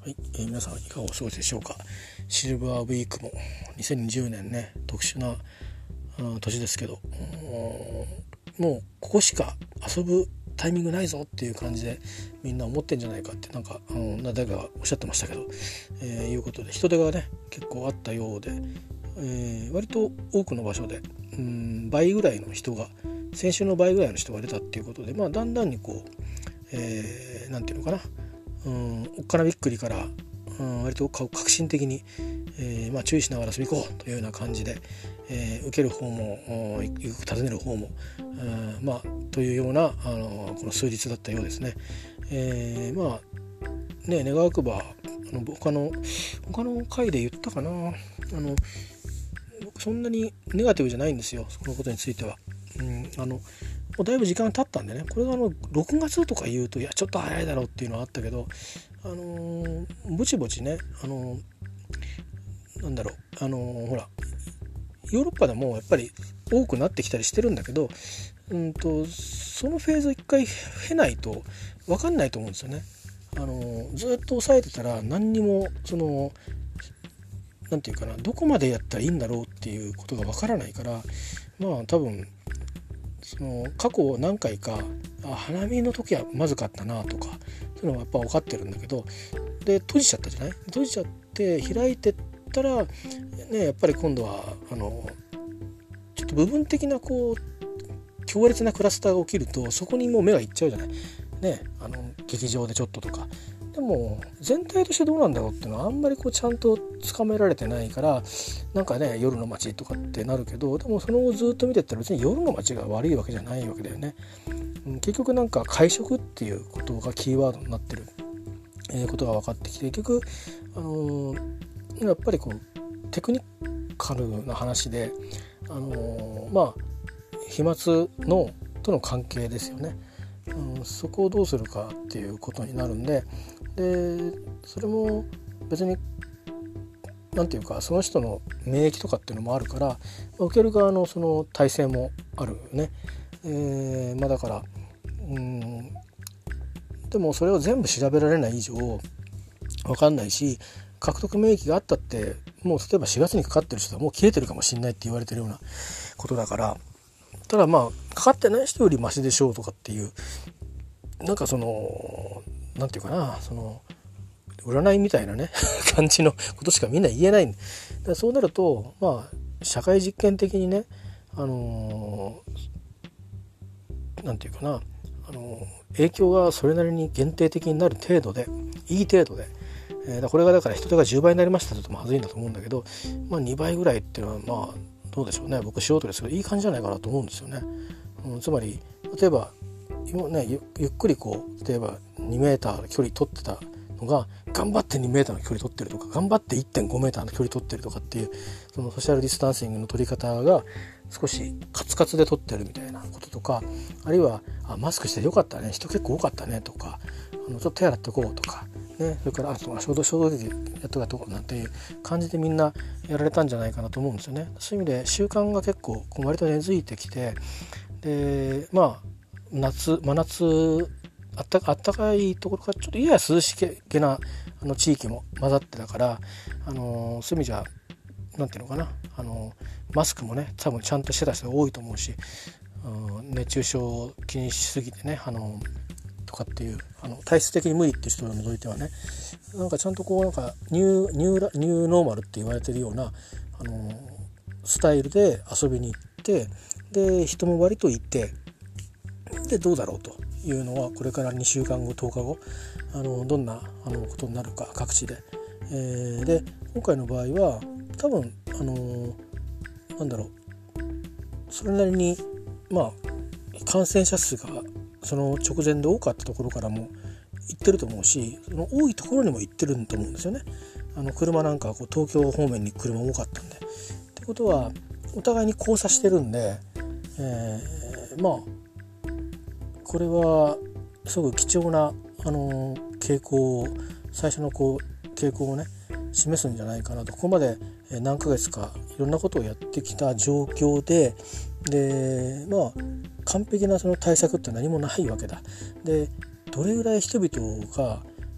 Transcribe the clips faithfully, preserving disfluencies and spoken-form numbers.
はい、えー、皆さんいかがお過ごしでしょうか。シルバーウィークもにせんにじゅうねんね、特殊な年ですけど、もうここしか遊ぶタイミングないぞっていう感じでみんな思ってんじゃないかってなんかあの誰かがおっしゃってましたけど、えー、いうことで人手がね結構あったようで、えー、割と多くの場所でうん倍ぐらいの人が先週の倍ぐらいの人が出たっていうことで、まあだんだんにこう、えー、なんていうのかな、うんおっかなびっくりから、うん、割と革新的に、えーまあ、注意しながら遊び行こうというような感じで、えー、受ける方も尋ねる方も、うんまあ、というようなあのこの数日だったようですね。えー、まあね願わくばあの他の他の回で言ったかな、あの僕そんなにネガティブじゃないんですよ、そのことについては。うん、あのもうだいぶ時間経ったんでね、これがあのろくがつとか言うといやちょっと早いだろうっていうのはあったけど、あのー、ぼちぼちね、あのー、なんだろう、あのー、ほらヨーロッパでもやっぱり多くなってきたりしてるんだけど、うんとそのフェーズ一回経ないと分かんないと思うんですよね。あのー、ずっと抑えてたら何にもそのなんていうかな、どこまでやったらいいんだろうっていうことが分からないから、まあ多分その過去何回かあ花見の時はまずかったなとかそういうのがやっぱ分かってるんだけど、で閉じちゃったじゃない、閉じちゃって開いてったらね、やっぱり今度はあのちょっと部分的なこう強烈なクラスターが起きるとそこにもう目がいっちゃうじゃないね、あの劇場でちょっととか。でも全体としてどうなんだろうっていうのはあんまりこうちゃんとつかめられてないから、なんかね夜の街とかってなるけど、でもその後ずっと見てったら別に夜の街が悪いわけじゃないわけだよね。結局なんか会食っていうことがキーワードになってる、えー、ことが分かってきて、結局、あのー、やっぱりこうテクニカルな話で、あのー、まあ飛沫のとの関係ですよね。うん、そこをどうするかっていうことになるんで、でそれも別になんていうかその人の免疫とかっていうのもあるから、受ける側のその体制もあるよね。えー、まあだからうんでもそれを全部調べられない以上分かんないし、獲得免疫があったってもう例えばしがつにかかってる人はもう切れてるかもしれないって言われてるようなことだから、ただまあかかってない人よりマシでしょうとかっていうなんかそのなんていうかな、その占いみたいなね感じのことしかみんな言えないんで、そうなるとまあ社会実験的にね、あのー、なんていうかな、あのー、影響がそれなりに限定的になる程度でいい程度で、えー、だこれがだから人手がじゅうばいになりましたとまずいんだと思うんだけど、まあ、にばいぐらいっていうのはまあどうでしょうね、僕素人ですけどいい感じじゃないかなと思うんですよね。うん、つまり例えば今ね ゆ, ゆっくりこう例えばにメーターの距離取ってたのが頑張ってにメーターの距離取ってるとか頑張って いってんごメーターの距離取ってるとかっていう、そのソシャルディスタンシングの取り方が少しカツカツで取ってるみたいなこととか、あるいはあマスクしてよかったね、人結構多かったねとか、あのちょっと手洗っておこうとかね、それからあと消毒消毒でやっとかとこなんていう感じでみんなやられたんじゃないかなと思うんですよね。そういう意味で習慣が結構こう割と根付いてきて、でまあ夏真夏あったあったかいところからちょっとやや涼しげなあの地域も混ざってたから、あのー、そういう意味じゃなんていうのかな、あのー、マスクもね多分ちゃんとしてた人が多いと思うし、うん、熱中症を気にしすぎてね、あのー、とかっていうあの体質的に無理っていう人を除いてはね、なんかちゃんとこうなんかニューニューラニューノーマルって言われてるような、あのー、スタイルで遊びに行って、で人も割といて、でどうだろうというのはこれからにしゅうかんごとおかごあのどんなあのことになるか各地で、えー、で今回の場合は多分あのー、なんだろうそれなりにまあ感染者数がその直前で多かったところからも行ってると思うし、その多いところにも行ってると思うんですよね。あの車なんかこう東京方面に車多かったんで、ってことはお互いに交差してるんで、えー、まあこれはすごく貴重な、あのー、傾向を最初のこう傾向をね示すんじゃないかなと。ここまで何ヶ月かいろんなことをやってきた状況で、でまあ完璧なその対策って何もないわけだ。でどれぐらい人々が、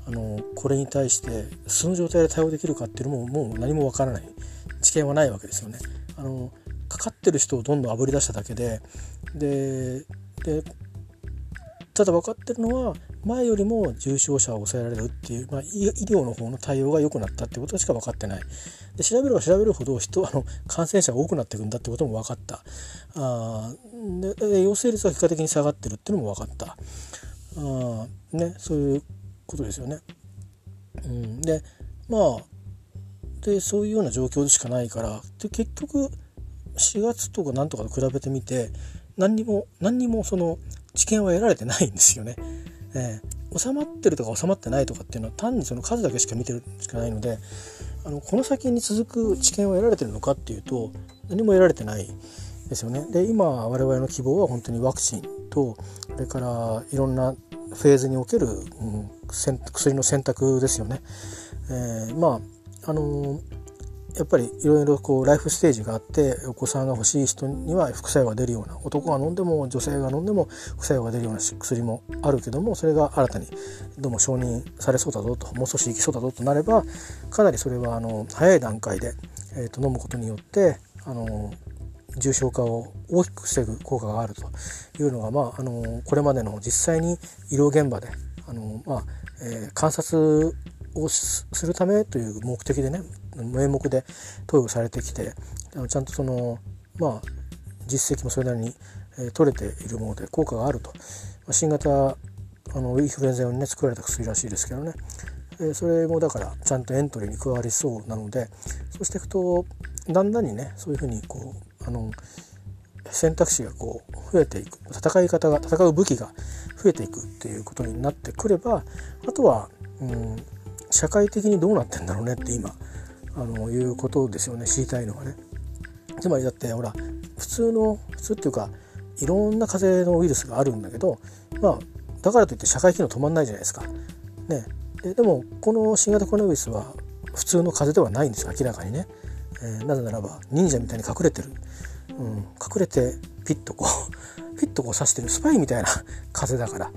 あのこれに対して素の状態で対応できるかっていうのももう何もわからない、知見はないわけですよね。あのかかってる人をどんどんあぶり出しただけで、ででただ分かってるのは前よりも重症者を抑えられるっていう、まあ、医療の方の対応が良くなったってことしか分かってない。で調べれば調べるほど人あの感染者が多くなっていくんだってことも分かった。あでで陽性率が結果的に下がってるっていうのも分かった。あ、ね、そういうことですよね。うん、でまあでそういうような状況でしかないから、で結局しがつとかなんとかと比べてみて何にも何にもその知見は得られてないんですよね。えー、収まってるとか収まってないとかっていうのは単にその数だけしか見てるしかないので、あのこの先に続く知見は得られてるのかっていうと何も得られてないですよね。で今我々の希望は本当にワクチンとそれからいろんなフェーズにおける、うん、薬の選択ですよね。えー、まああのーやっぱりいろいろこうライフステージがあって、お子さんが欲しい人には副作用が出るような、男が飲んでも女性が飲んでも副作用が出るような薬もあるけども、それが新たにどうも承認されそうだぞと、もう少しいきそうだぞとなれば、かなりそれはあの早い段階で、えー、と飲むことによってあの重症化を大きく防ぐ効果があるというのが、まあ、あのこれまでの実際に医療現場であの、まあえー、観察をするためという目的でね、名目で投与されてきて、ちゃんとそのまあ実績もそれなりに、えー、取れているもので効果があると、新型あのインフルエンザ用にね作られた薬らしいですけどね、えー、それもだからちゃんとエントリーに加わりそうなので、そうしていくとだんだんにねそういうふうにこうあの選択肢がこう増えていく、戦い方が戦う武器が増えていくっていうことになってくれば、あとは、うん、社会的にどうなってんだろうねって今あのいうことですよね、知りたいのはね。つまりだってほら普通の普通っていうかいろんな風邪のウイルスがあるんだけど、まあだからといって社会機能止まんないじゃないですか。ね、で, でもこの新型コロナウイルスは普通の風邪ではないんですよ、明らかにね。えー、なぜならば忍者みたいに隠れてる、うん、隠れてピッとこうピッとこう刺してるスパイみたいな風邪だから、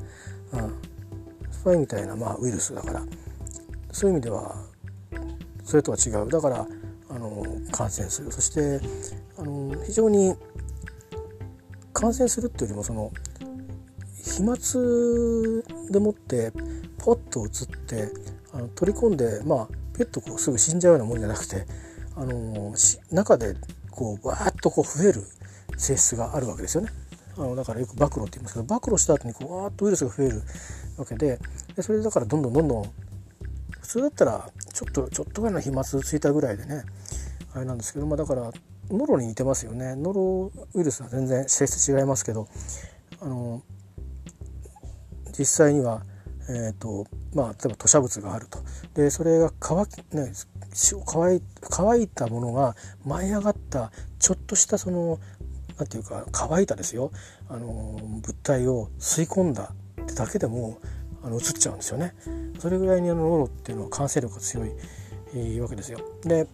うん、スパイみたいな、まあ、ウイルスだから、そういう意味ではそれとは違う。だからあの感染する、そしてあの非常に感染するっていうよりもその飛沫でもってポッと移ってあの取り込んで、まあペットこうすぐ死んじゃうようなもんじゃなくて、あの中でこうわーっとこう増える性質があるわけですよね。あのだからよく暴露って言いますけど、暴露した後にこうわーっとウイルスが増えるわけで、でそれでだからどんどんどんどん普通だったらちょっとちょっとぐらいの飛沫ついたぐらいでねあれなんですけど、まあだからノロに似てますよね。ノロウイルスは全然性質違いますけど、あの実際にはえーとまあ、例えば吐瀉物があると、でそれが乾き、ね、乾い、乾いたものが舞い上がったちょっとしたそのなんていうか乾いたですよ、あの物体を吸い込んだってだけでもあの移っちゃうんですよね。それぐらいにあのノロっていうのは感染力が強い、えー、わけですよ。で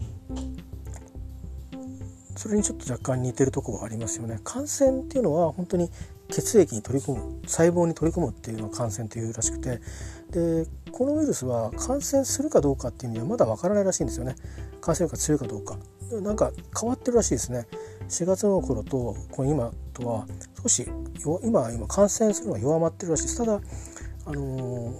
それにちょっと若干似てるところがありますよね。感染っていうのは本当に血液に取り込む、細胞に取り込むっていうのを感染というらしくて、でこのウイルスは感染するかどうかっていう意味ではまだわからないらしいんですよね。感染力が強いかどうかなんか変わってるらしいですね。しがつの頃とこの今とは少し今今感染するのが弱まってるらしいです。ただあのー、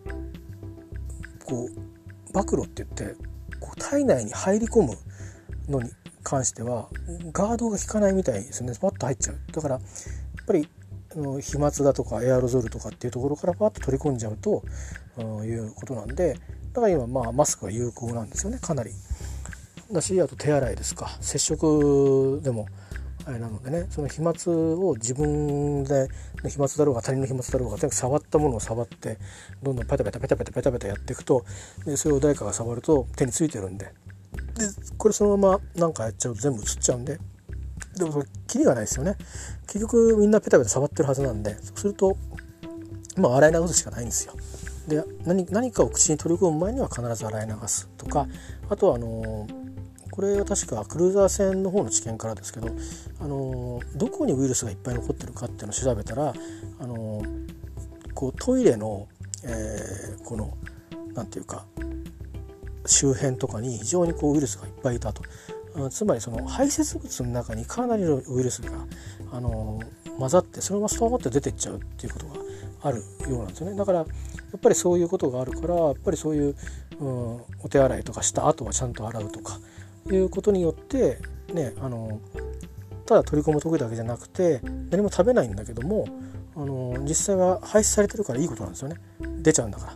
こう暴露って言ってこう体内に入り込むのに関してはガードが効かないみたいですね。パッと入っちゃう。だからやっぱりあの飛沫だとかエアロゾルとかっていうところからパッと取り込んじゃうということなんで、だから今まあマスクが有効なんですよね、かなり。だしあと手洗いですか、接触でもあれなのでね、その飛沫を自分で飛沫だろうが他人の飛沫だろうがとにかく触ったものを触ってどんどんペタペタペタペタペタペタやっていくと、でそれを誰かが触ると手についてるんで、でこれそのまま何かやっちゃうと全部移っちゃうんで、でもそれキリがないですよね。結局みんなペタペタ触ってるはずなんで、そうするとまあ洗い流すしかないんですよ。で 何, 何かを口に取り込む前には必ず洗い流すとか、あとはあのーこれは確かクルーザー船の方の知見からですけど、あのどこにウイルスがいっぱい残ってるかっていうのを調べたら、あのこうトイレの、えー、このなんていうか周辺とかに非常にこうウイルスがいっぱいいたと。つまりその排泄物の中にかなりのウイルスがあの混ざってそのままストーンって出てっちゃうっていうことがあるようなんですよね。だからやっぱりそういうことがあるからやっぱりそういう、うん、お手洗いとかした後はちゃんと洗うとかいうことによってね、あのただ取り込む時だけじゃなくて何も食べないんだけどもあの実際は排出されてるからいいことなんですよね。出ちゃうんだから。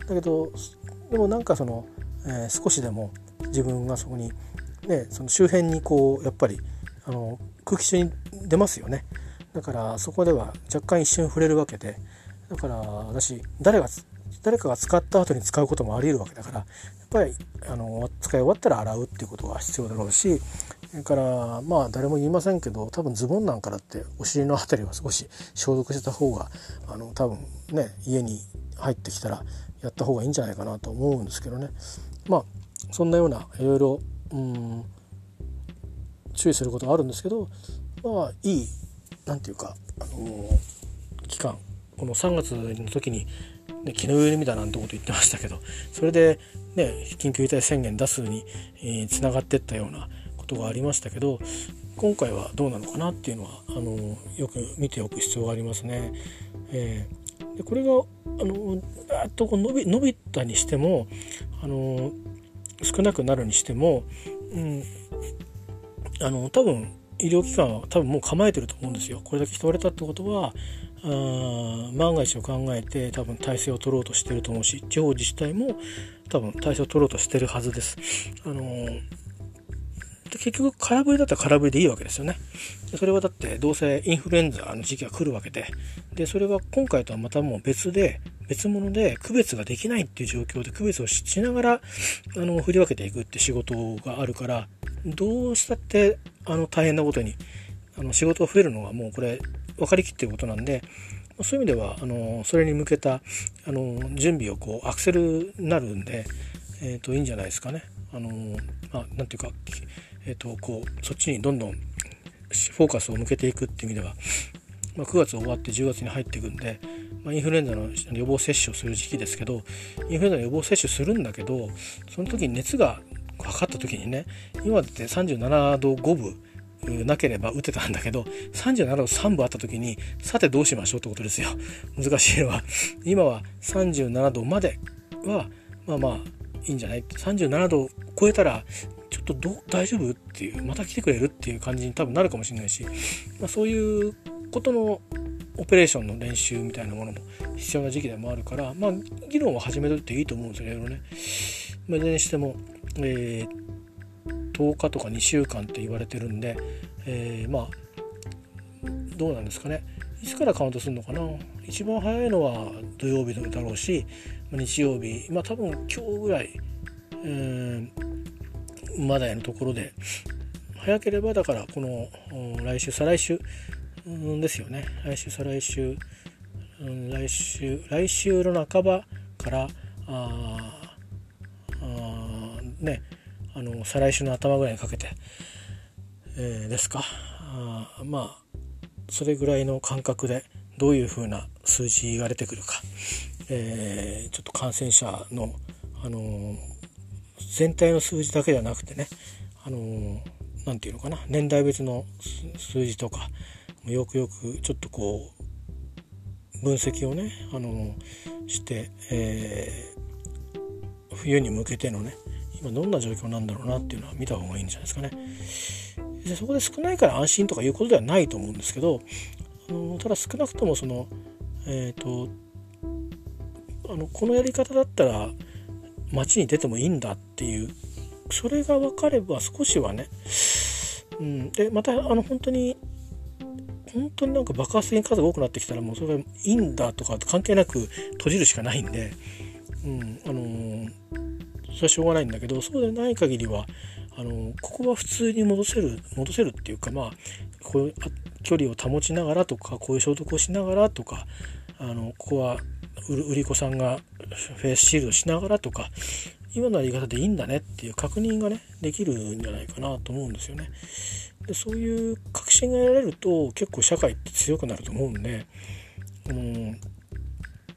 だけどでもなんかその、えー、少しでも自分がそこにね、その周辺にこうやっぱりあの空気中に出ますよね。だからそこでは若干一瞬触れるわけで、だから私誰が誰かが使った後に使うこともあり得るわけだからやっぱりあの使い終わったら洗うっていうことが必要だろうし、それからまあ誰も言いませんけど多分ズボンなんかだってお尻のあたりは少し消毒した方があの多分ね家に入ってきたらやった方がいいんじゃないかなと思うんですけどね。まあそんなようないろいろうん注意することがあるんですけど、まあいいなんていうか、あのー、期間このさんがつの時に、ね、気の緩みだなんてこと言ってましたけどそれで、ね、緊急事態宣言出すにつながっていったようなことがありましたけど今回はどうなのかなっていうのはあのー、よく見ておく必要がありますね。えー、でこれがあのー、あとこう伸び伸びたにしてもあのー少なくなるにしても、うん、あの多分医療機関は多分もう構えてると思うんですよ。これだけ人が出たってことはあ万が一を考えて多分体制を取ろうとしてると思うし地方自治体も多分体制を取ろうとしてるはずです。あの結局空振りだったら空振りでいいわけですよね。それはだってどうせインフルエンザの時期が来るわけで、でそれは今回とはまたもう別で別物で区別ができないっていう状況で区別をしながらあの振り分けていくって仕事があるからどうしたってあの大変なことにあの仕事が増えるのはもうこれ分かりきっていることなんで、そういう意味ではあのそれに向けたあの準備をこうアクセルになるんで、えー、といいんじゃないですかね。あのまあ、なんていうか、えー、とこうそっちにどんどんフォーカスを向けていくっていう意味では、まあ、くがつ終わってじゅうがつに入っていくんで、まあ、インフルエンザの予防接種をする時期ですけどインフルエンザの予防接種するんだけどその時に熱が測った時にね今だってさんじゅうななどごぶなければ打てたんだけどさんじゅうななどさんぶあった時にさてどうしましょうってことですよ。難しいのは今はさんじゅうななどまではまあまあいいんじゃない、さんじゅうななど超えたらちょっとど大丈夫っていうまた来てくれるっていう感じに多分なるかもしれないし、まあ、そういうことのオペレーションの練習みたいなものも必要な時期でもあるから、まあ議論を始めるっていいと思うんですよいろいろね。まあ、いずれにしても、えー、とおかとかにしゅうかんって言われてるんで、えー、まあどうなんですかね。いつからカウントするのかな。一番早いのは土曜日だろうし日曜日、まあ多分今日ぐらい、えー、まだのところで早ければだからこの来週再来週ですよね。来週再来週、うん、来週来週の半ばからああねあの再来週の頭ぐらいにかけて、えー、ですか。あまあそれぐらいの感覚でどういう風な数字が出てくるか、えー、ちょっと感染者の、あのー、全体の数字だけじゃなくてね、あのー、なんていうのかな年代別の数字とかよくよくちょっとこう分析をね、あのして、えー、冬に向けてのね今どんな状況なんだろうなっていうのは見た方がいいんじゃないですかね。でそこで少ないから安心とかいうことではないと思うんですけど、あのただ少なくともそのえっとあのこのやり方だったら街に出てもいいんだっていうそれが分かれば少しはね、うん、でまたあの本当に本当になんか爆発的に数が多くなってきたらもうそれがいいんだとか関係なく閉じるしかないんで、うんあのー、それはしょうがないんだけどそうでない限りはあのー、ここは普通に戻せる戻せるっていうかまあこう距離を保ちながらとかこういう消毒をしながらとかあのここは売り子さんがフェイスシールドしながらとか今のやり方でいいんだねっていう確認がねできるんじゃないかなと思うんですよね。でそういう確信が得られると結構社会って強くなると思うんで、うん、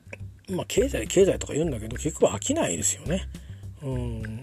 まあ経済経済とか言うんだけど結局飽きないですよね。うん、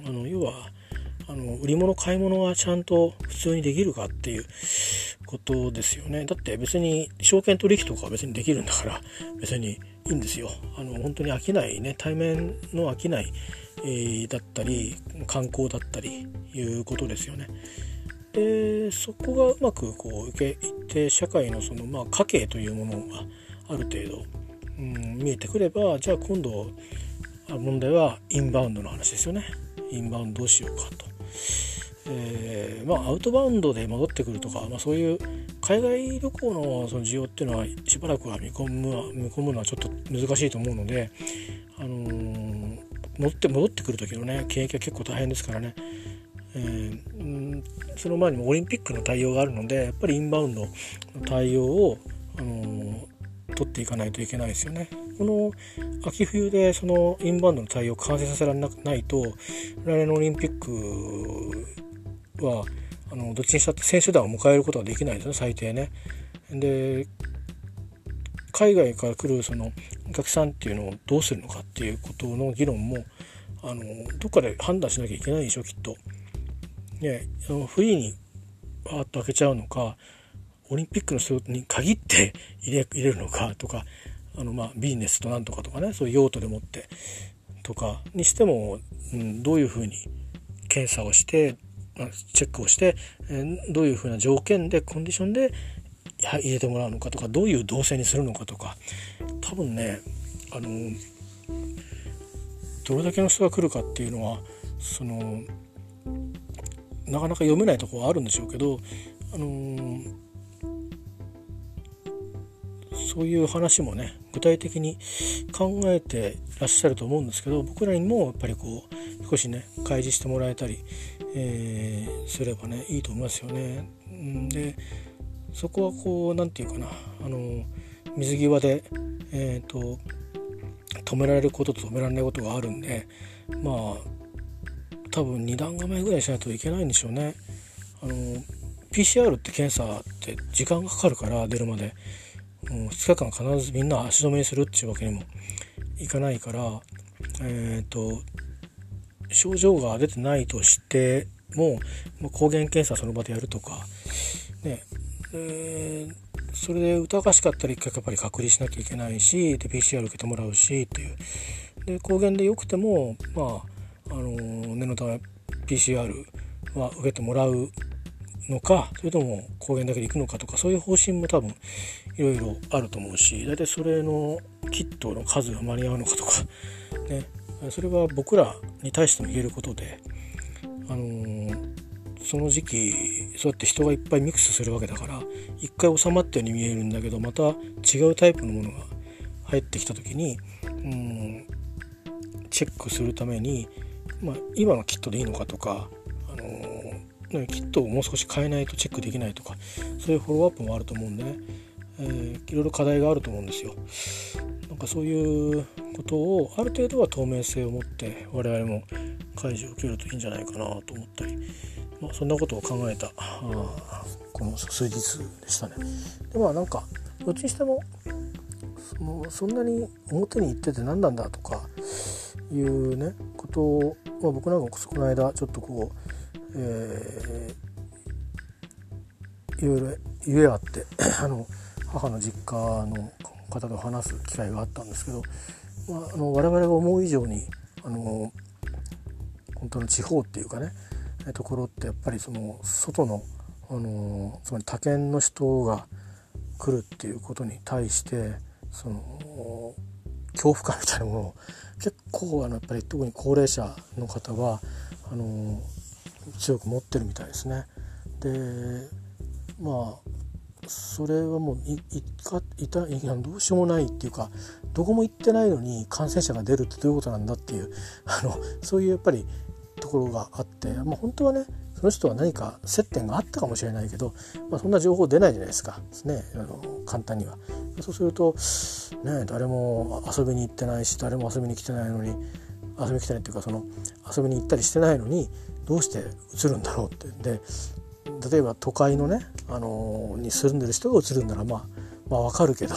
あの要はあの売り物買い物はちゃんと普通にできるかっていうことですよね。だって別に証券取引とかは別にできるんだから別にいいんですよ。あの本当に飽きないね、対面の飽きない、えー、だったり観光だったりいうことですよね。でそこがうまくこう受けいって社会のそのまあ家計というものがある程度、うん、見えてくれば、じゃあ今度問題はインバウンドの話ですよね。インバウンドどうしようかと。えーまあ、アウトバウンドで戻ってくるとか、まあ、そういう海外旅行のその需要っていうのはしばらくは見込む見込むのはちょっと難しいと思うので、あのー、戻って戻ってくる時のね経営は結構大変ですからね、えー、うんその前にもオリンピックの対応があるので、やっぱりインバウンドの対応を、あのー、取っていかないといけないですよね。この秋冬でそのインバウンドの対応を完成させられないと、来年のオリンピックはあのどっちにしたって選手団を迎えることができないですね、最低ね。で海外から来るそのお客さんっていうのをどうするのかっていうことの議論もあのどっかで判断しなきゃいけないでしょきっと。ね、あのフリーにパーッと開けちゃうのか、オリンピックの人に限って入れ、入れるのかとか、あのまあビジネスとなんとかとかね、そういう用途でもってとかにしても、うん、どういうふうに検査をしてチェックをして、えー、どういうふうな条件でコンディションで入れてもらうのかとか、どういう動線にするのかとか、多分ねあのどれだけの人が来るかっていうのはそのなかなか読めないところはあるんでしょうけど、あのー、そういう話もね具体的に考えてらっしゃると思うんですけど、僕らにもやっぱりこう少しね開示してもらえたり、えー、すればねいいと思いますよね。でそこはこうなんていうかな、あの水際で、えーと、止められることと止められないことがあるんで、まあ多分に段構えぐらいしないといけないんでしょうね。あの ピーシーアール って検査って時間がかかるから出るまで、もうふつかかん必ずみんな足止めにするっていうわけにもいかないから、えーと症状が出てないとしても抗原検査その場でやるとかね、えー、それで疑わしかったら一回やっぱり隔離しなきゃいけないし、で ピーシーアール 受けてもらうしっていう、で抗原でよくてもまああの念のため ピーシーアール は受けてもらうのか、それとも抗原だけでいくのかとか、そういう方針も多分いろいろあると思うし、大体それのキットの数が間に合うのかとかね、それは僕らに対しても言えることで、あのー、その時期そうやって人がいっぱいミックスするわけだから、一回収まったように見えるんだけど、また違うタイプのものが入ってきた時に、うん、チェックするために、まあ、今のキットでいいのかとか、あのー、キットをもう少し変えないとチェックできないとか、そういうフォローアップもあると思うんでね、えー、いろいろ課題があると思うんですよ。なんかそういうことをある程度は透明性を持って我々も開示を受けるといいんじゃないかなと思ったり、まあ、そんなことを考えたこの数日でしたね。でまあなんかどっちにしてもそのそんなに表に言ってて何なんだとかいうねことを、まあ、僕なんかこの間ちょっとこう、えー、いろいろゆえあってあの母の実家の方と話す機会があったんですけど、まあ、あの我々が思う以上にあの本当の地方っていうかねところってやっぱりその外の、あのつまり他県の人が来るっていうことに対してその恐怖感みたいなものを結構あのやっぱり特に高齢者の方はあの強く持ってるみたいですね。でまあそれはもう い, い, かいたいやどうしようもないっていうか、どこも行ってないのに感染者が出るってどういうことなんだっていうあのそういうやっぱりところがあって、まあ、本当はねその人は何か接点があったかもしれないけど、まあ、そんな情報出ないじゃないですかね、あの簡単には。そうすると、ね、誰も遊びに行ってないし誰も遊びに来てないのに、遊びに来てないっていうかその遊びに行ったりしてないのにどうして移るんだろうってで、例えば都会のね、あのー、に住んでる人が移るんならまあまあわかるけど、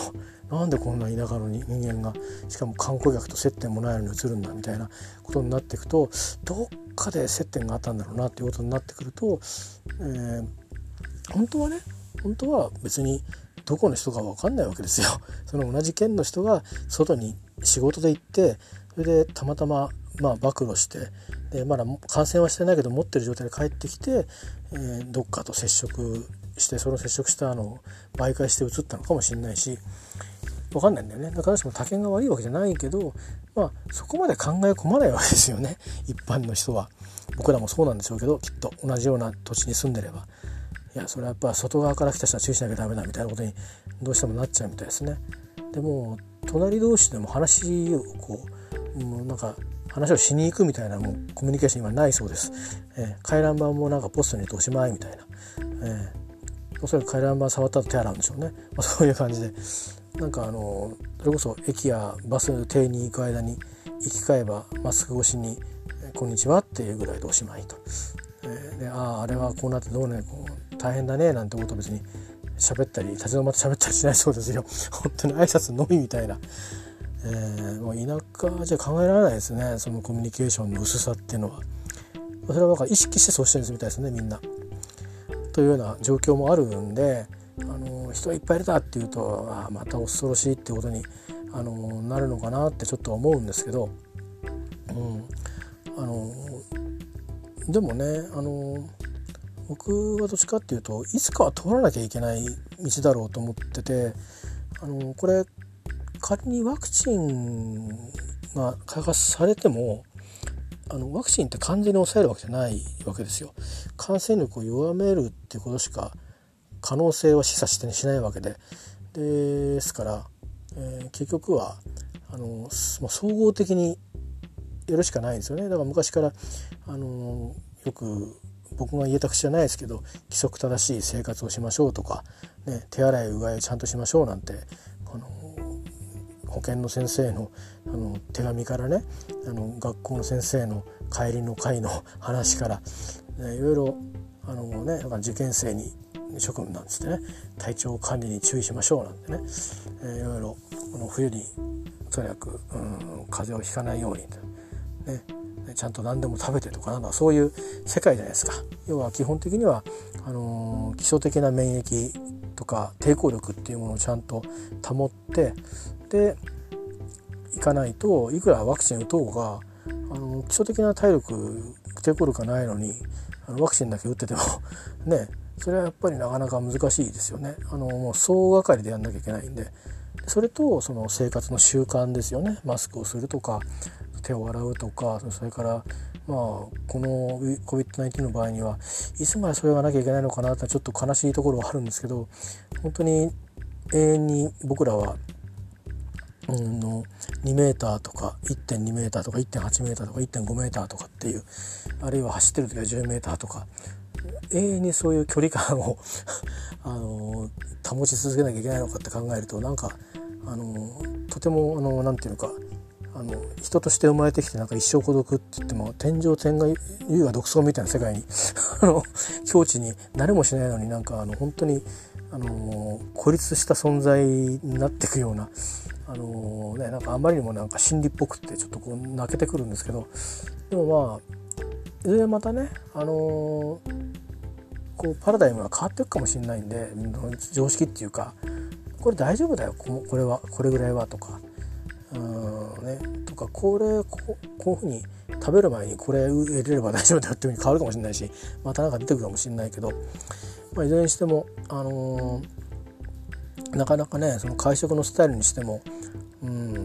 なんでこんな田舎の人間がしかも観光客と接点もないのに移るんだみたいなことになっていくと、どっかで接点があったんだろうなっていうことになってくると、えー、本当はね本当は別にどこの人か分かんないわけですよ。その同じ県の人が外に仕事で行って、それでたまたままあ暴露して、でまだ感染はしてないけど持ってる状態で帰ってきて、えー、どっかと接触して、その接触したのを媒介して移ったのかもしれないし、分かんないんだよね。だからしも他県が悪いわけじゃないけど、まあそこまで考え込まないわけですよね、一般の人は。僕らもそうなんでしょうけど、きっと同じような土地に住んでれば、いやそれはやっぱ外側から来た人は注意しなきゃダメだみたいなことにどうしてもなっちゃうみたいですね。でも隣同士でも話をこう、もうなんか話をしに行くみたいなもうコミュニケーション今ないそうです。えー、回覧板もなんかポストに入れておしまいみたいな、えー、おそらく回覧板触った後手洗うんでしょうね、まあ、そういう感じで、なんかあのそれこそ駅やバス停に行く間に行き交えばマスク越しにこんにちはっていうぐらいでおしまいと、えー、であああれはこうなってどうねこう大変だねなんてことを別に喋ったり立ち止まって喋ったりしないそうですよ。本当に挨拶のみみたいな、えー、もう田舎じゃ考えられないですね、そのコミュニケーションの薄さっていうのは。それはなんか意識してそうしてるんですみたいですね、みんな。というような状況もあるんで、あの人がいっぱいいるだっていうと、あまた恐ろしいってことにあのなるのかなってちょっと思うんですけど、うん、あのでもね、あの僕はどっちかっていうといつかは通らなきゃいけない道だろうと思ってて、あのこれ仮にワクチンが開発されても、あのワクチンって完全に抑えるわけじゃないわけですよ。感染力を弱めるっていうことしか可能性は示唆してしないわけで、ですから、えー、結局はあのもう総合的にやるしかないんですよね。だから昔からあのよく僕が言えた口じゃないですけど、規則正しい生活をしましょうとか、ね、手洗いうがいをちゃんとしましょうなんて、あの保健の先生の、あの手紙からね、あの学校の先生の帰りの会の話から、ね、いろいろあの、ね、だから受験生に諸君なんつってね、体調管理に注意しましょうなんてね、えー、いろいろこの冬にとにかく、うん、風邪をひかないように、ね、ちゃんと何でも食べてとか、なんかそういう世界じゃないですか。要は基本的にはあのー、基礎的な免疫とか抵抗力っていうものをちゃんと保ってでいかないと、いくらワクチン打とうが、あのー、基礎的な体力抵抗力がないのにあのワクチンだけ打っててもね、それはやっぱりなかなか難しいですよね。あのー、もう総がかりでやんなきゃいけないんで、それとその生活の習慣ですよね。マスクをするとか手を洗うとか、それからまあこの コビッドナインティーン の場合にはいつまでそれがなきゃいけないのかなってちょっと悲しいところはあるんですけど、本当に永遠に僕らは、うん、のにメーターとか いってんにメーターとか いってんはちメーターとか いってんごメーターとかっていう、あるいは走ってる時はじゅうメーターとか永遠にそういう距離感をあの保ち続けなきゃいけないのかって考えると、なんかあのとてもあのなんていうのか、あの人として生まれてきてなんか一生孤独って言っても天上天外優雅独走みたいな世界にあの境地に誰もしないのに、なんかあの本当にあの孤立した存在になっていくような、あの、ね、なんかあまりにもなんか心理っぽくってちょっとこう泣けてくるんですけど、でもまあいずれまたね、あのこうパラダイムが変わっていくかもしれないんで、常識っていうか、これ大丈夫だよ、これはこれぐらいはとか、うんね、とかこれこう、こういうふうに食べる前にこれ入れれば大丈夫だよっていうふうに変わるかもしれないし、またなんか出てくるかもしれないけど、まあ、いずれにしても、あのー、なかなかねその会食のスタイルにしても、うん、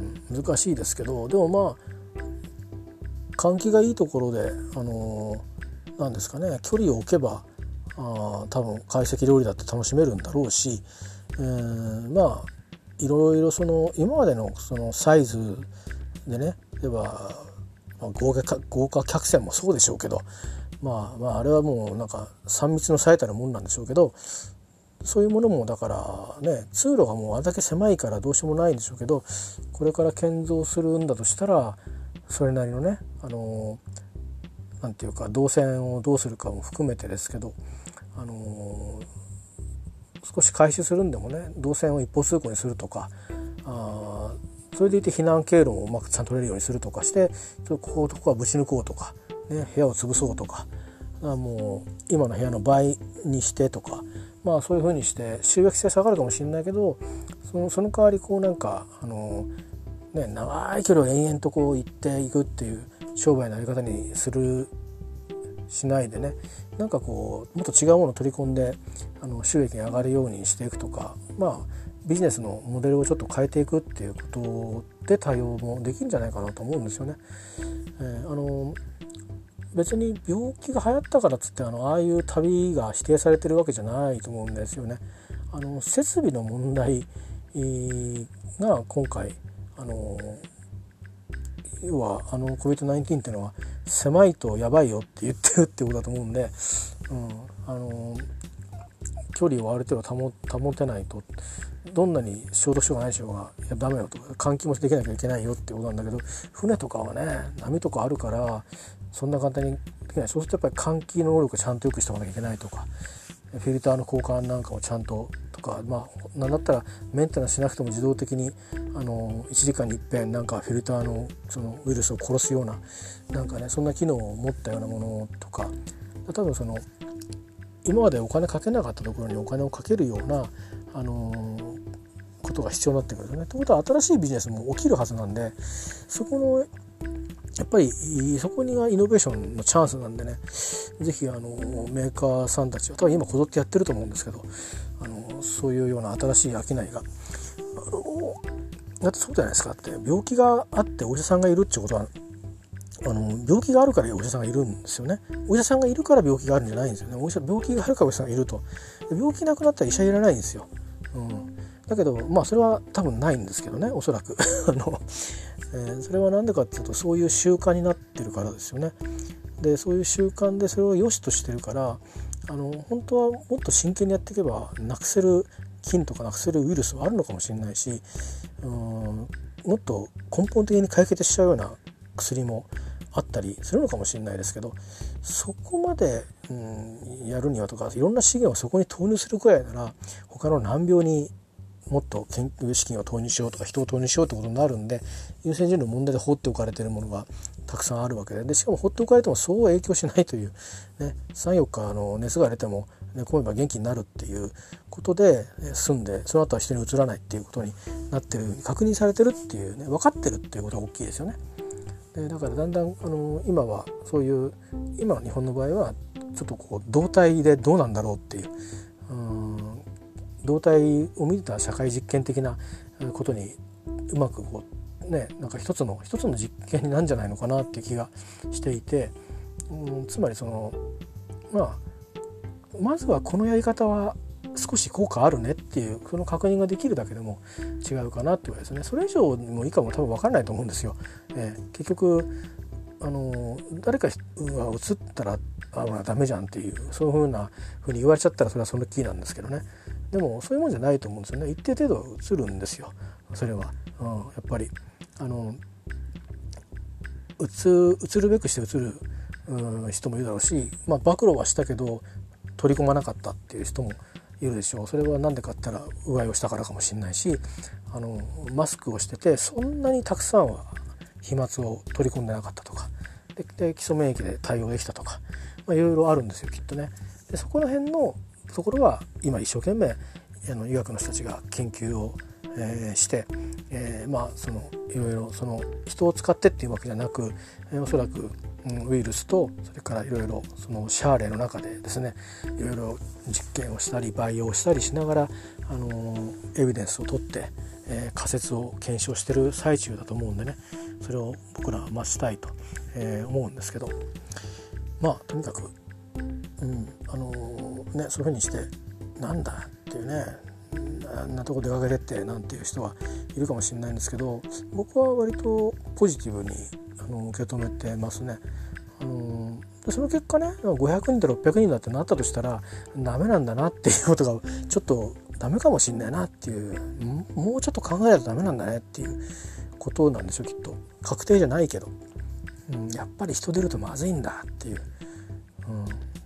難しいですけど、でもまあ換気がいいところで、あのー、なんですかね、距離を置けばあ多分懐石料理だって楽しめるんだろうし、えー、まあいろいろその今までのそのサイズでね、例えば、まあ、豪華、豪華客船もそうでしょうけど、まあまああれはもうなんかさん密の最たるもんなんでしょうけど、そういうものもだからね、通路がもうあれだけ狭いからどうしようもないんでしょうけど、これから建造するんだとしたらそれなりのね、あのなんていうか動線をどうするかも含めてですけど、あの少し回収するんでもね、動線を一方通行にするとか、 あそれでいて避難経路をうまくちゃんと取れるようにするとかして、こことここはぶち抜こうとか、ね、部屋を潰そうとか、あもう今の部屋の倍にしてとか、まあそういう風にして収益性下がるかもしれないけど、そのその代わりこうなんかあの、ね、長い距離を延々とこう行っていくっていう商売のやり方にするしないでね、なんかこうもっと違うものを取り込んであの収益が上がるようにしていくとか、まあビジネスのモデルをちょっと変えていくっていうことで対応もできるんじゃないかなと思うんですよね。えー、あの別に病気が流行ったからっつってあのああいう旅が否定されてるわけじゃないと思うんですよね。あの設備の問題が今回あの要はあの コビッドナインティーン っていうのは狭いとやばいよって言ってるってことだと思うんで、うん、あの距離をある程度保、保てないとどんなに消毒しようがないしようがいやダメよとか換気もできなきゃいけないよってことなんだけど、船とかはね波とかあるからそんな簡単にできない。そうするとやっぱり換気の能力をちゃんと良くしておかなきゃいけないとか、フィルターの交換なんかをちゃんととか、まあなんだったらメンテナンスしなくても自動的にあのいちじかんにいっぺんなんかフィルターのそのウイルスを殺すようななんかねそんな機能を持ったようなものとか、多分その今までお金かけなかったところにお金をかけるようなあのー、ことが必要になってくるとね。ということは新しいビジネスも起きるはずなんで、そこのやっぱりそこにはイノベーションのチャンスなんでね、ぜひあのメーカーさんたちは多分今こぞってやってると思うんですけど、あのそういうような新しい商いがあのだってそうじゃないですか。って病気があってお医者さんがいるってことはあの病気があるからお医者さんがいるんですよね。お医者さんがいるから病気があるんじゃないんですよね。お医者病気があるからお医者さんがいると、病気なくなったら医者いらないんですよ。うん、だけどまあそれは多分ないんですけどね、おそらくあの、えー、それは何でかっていうとそういう習慣になってるからですよね。でそういう習慣でそれを良しとしてるから、あの本当はもっと真剣にやっていけばなくせる菌とかなくせるウイルスはあるのかもしれないし、うん、もっと根本的に解決しちゃうような薬もあったりするのかもしれないですけど、そこまで、うん、やるにはとかいろんな資源をそこに投入するくらいなら他の難病にもっと研究資金を投入しようとか人を投入しようってことになるんで、優先順位の問題で放っておかれているものがたくさんあるわけで、でしかも放っておかれてもそう影響しないという、ね、さんよっかあの熱が出ても寝込めば元気になるっていうことで済んで、その後は人にうつらないっていうことになってる、確認されてるっていうね、分かってるっていうことが大きいですよね。でだからだんだんあの今はそういう今の日本の場合はちょっとこう動態でどうなんだろうっていう、うーん動態を見た社会実験的なことにうまくこうね、なんか一つの一つの実験になるんじゃないのかなっていう気がしていて、うん、つまりそのまあまずはこのやり方は少し効果あるねっていうその確認ができるだけでも違うかなっていうわけですね。それ以上も以下も多分分からないと思うんですよ。えー、結局あの誰かが映ったらあダメじゃんっていうそういうふうなふうに言われちゃったらそれはそのキーなんですけどね。でもそういうもんじゃないと思うんですよね。一定程度映るんですよそれは、うん、やっぱりあの映, 映るべくして映る、うん、人もいるだろうし、まあ、暴露はしたけど取り込まなかったっていう人もいるでしょう。それは何でかって言ったらうがいをしたからかもしれないし、あのマスクをしててそんなにたくさんは飛沫を取り込んでなかったとか で, で基礎免疫で対応できたとか、まあ、いろいろあるんですよきっとね。でそこら辺のところは今一生懸命あの医学の人たちが研究を、えー、して、えー、まあそのいろいろその人を使ってっていうわけじゃなく、えー、おそらくウイルスとそれからいろいろそのシャーレの中でですねいろいろ実験をしたり培養したりしながら、あのー、エビデンスを取って、えー、仮説を検証してる最中だと思うんでね、それを僕らは待ちたいと、えー、思うんですけど、まあとにかく、うんあのー、ねそういうふうにしてなんだっていうね、あんなとこ出かけてってなんていう人はいるかもしれないんですけど、僕は割とポジティブにあの受け止めてますね。あのその結果ねごひゃくにんでろっぴゃくにんだってなったとしたらダメなんだなっていうことがちょっとダメかもしれないなっていう、もうちょっと考えないとダメなんだねっていうことなんでしょうきっと。確定じゃないけど、うん、やっぱり人出るとまずいんだっていう、うん、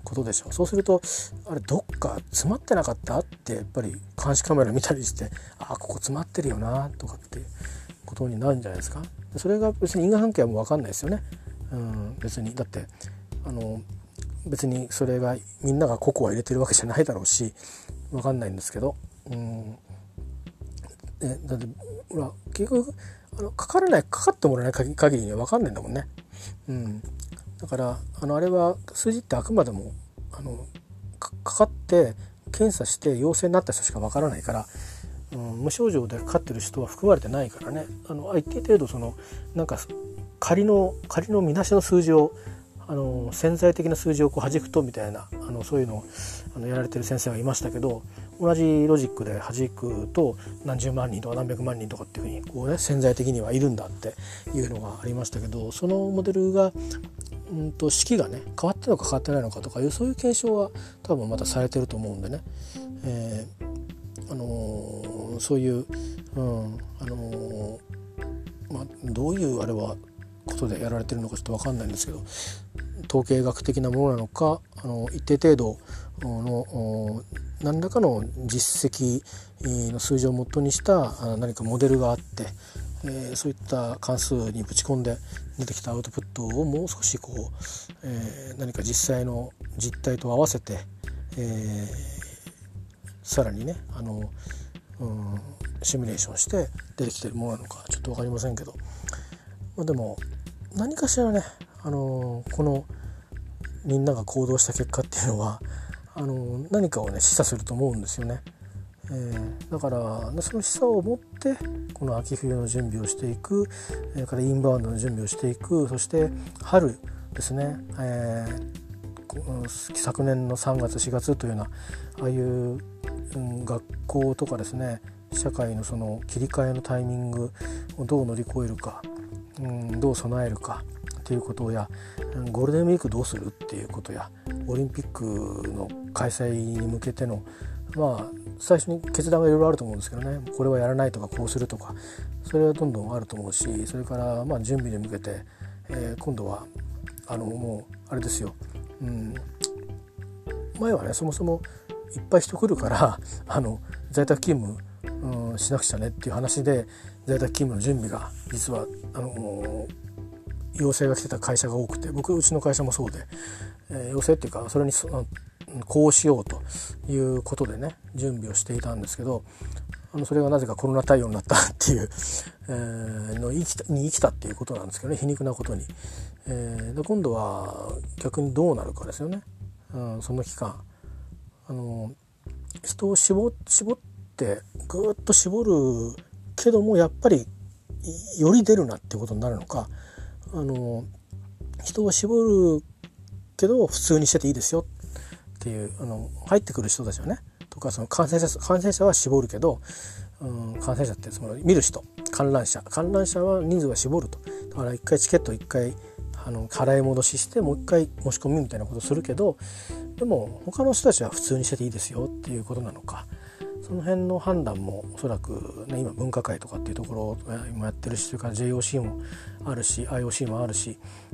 ことでしょう。そうするとあれどっか詰まってなかったってやっぱり監視カメラ見たりして、あここ詰まってるよなとかっていうことになるんじゃないですか。それが別に因果関係はもう分かんないですよね。うん、別にだってあの別にそれがみんながココア入れてるわけじゃないだろうし分かんないんですけど、うん、えだってほら結局あのかからないかかってもらえない限りには分かんないんだもんね。うん、だからあのあれは数字ってあくまでもあの か, かかって検査して陽性になった人しか分からないから、うん、無症状でかかってる人は含まれてないからね。あの一定程度そのなんか仮の仮の見なしの数字をあの潜在的な数字をこう弾くとみたいなあのそういうのをあのやられてる先生がいましたけど、同じロジックで弾くと何十万人とか何百万人とかっていうふうにこう、ね、潜在的にはいるんだっていうのがありましたけど、そのモデルがうんと式がね変わってるのか変わってないのかとかいうそういう検証は多分またされてると思うんでね、えーあのー、そういう、うんあのーまあ、どういうあれはことでやられてるのかちょっと分かんないんですけど、統計学的なものなのかあの一定程度の何らかの実績の数字をもとにした何かモデルがあって、えー、そういった関数にぶち込んで出てきたアウトプットをもう少しこう、えー、何か実際の実態と合わせて、えー、さらにねあの、うん、シミュレーションして出てきてるものなのかちょっと分かりませんけど、まあ、でも何かしらね、あのー、このみんなが行動した結果っていうのはあのー、何かをね示唆すると思うんですよね。えー、だからその示唆を持ってこの秋冬の準備をしていく、それからインバウンドの準備をしていく、そして春ですね、えー、昨年のさんがつしがつというようなああいう、うん、学校とかですね社会のその切り替えのタイミングをどう乗り越えるか、うん、どう備えるかっていうことやゴールデンウィークどうするっていうことやオリンピックの開催に向けてのまあ最初に決断がいろいろあると思うんですけどね、これはやらないとかこうするとかそれはどんどんあると思うし、それからまあ準備に向けて、えー、今度はあのもうあれですよ、うん、前はねそもそもいっぱい人来るからあの在宅勤務、うん、しなくちゃねっていう話で在宅勤務の準備が実はあの要請が来てた会社が多くて、僕うちの会社もそうで、えー、要請っていうかそれにそこうしようということでね準備をしていたんですけど、あのそれがなぜかコロナ対応になったっていう、えー、の生きたに生きたっていうことなんですけどね、皮肉なことに、えー、で今度は逆にどうなるかですよね、うん、その期間あの人を絞、絞ってぐーっと絞るけどもやっぱりより出るなってことになるのか、あの人を絞るけど普通にしてていいですよっていうあの入ってくる人たちはねとかその感染者感染者は絞るけど、うん、感染者ってその見る人観覧者観覧者は人数は絞ると、だから一回チケット一回あの払い戻ししてもう一回申し込みみたいなことをするけど、でも他の人たちは普通にしてていいですよっていうことなのか、その辺の判断もおそらく、ね、今分科会とかっていうところを今やってるし、それから ジェイオーシー もあるし アイオーシー もあるし、うん、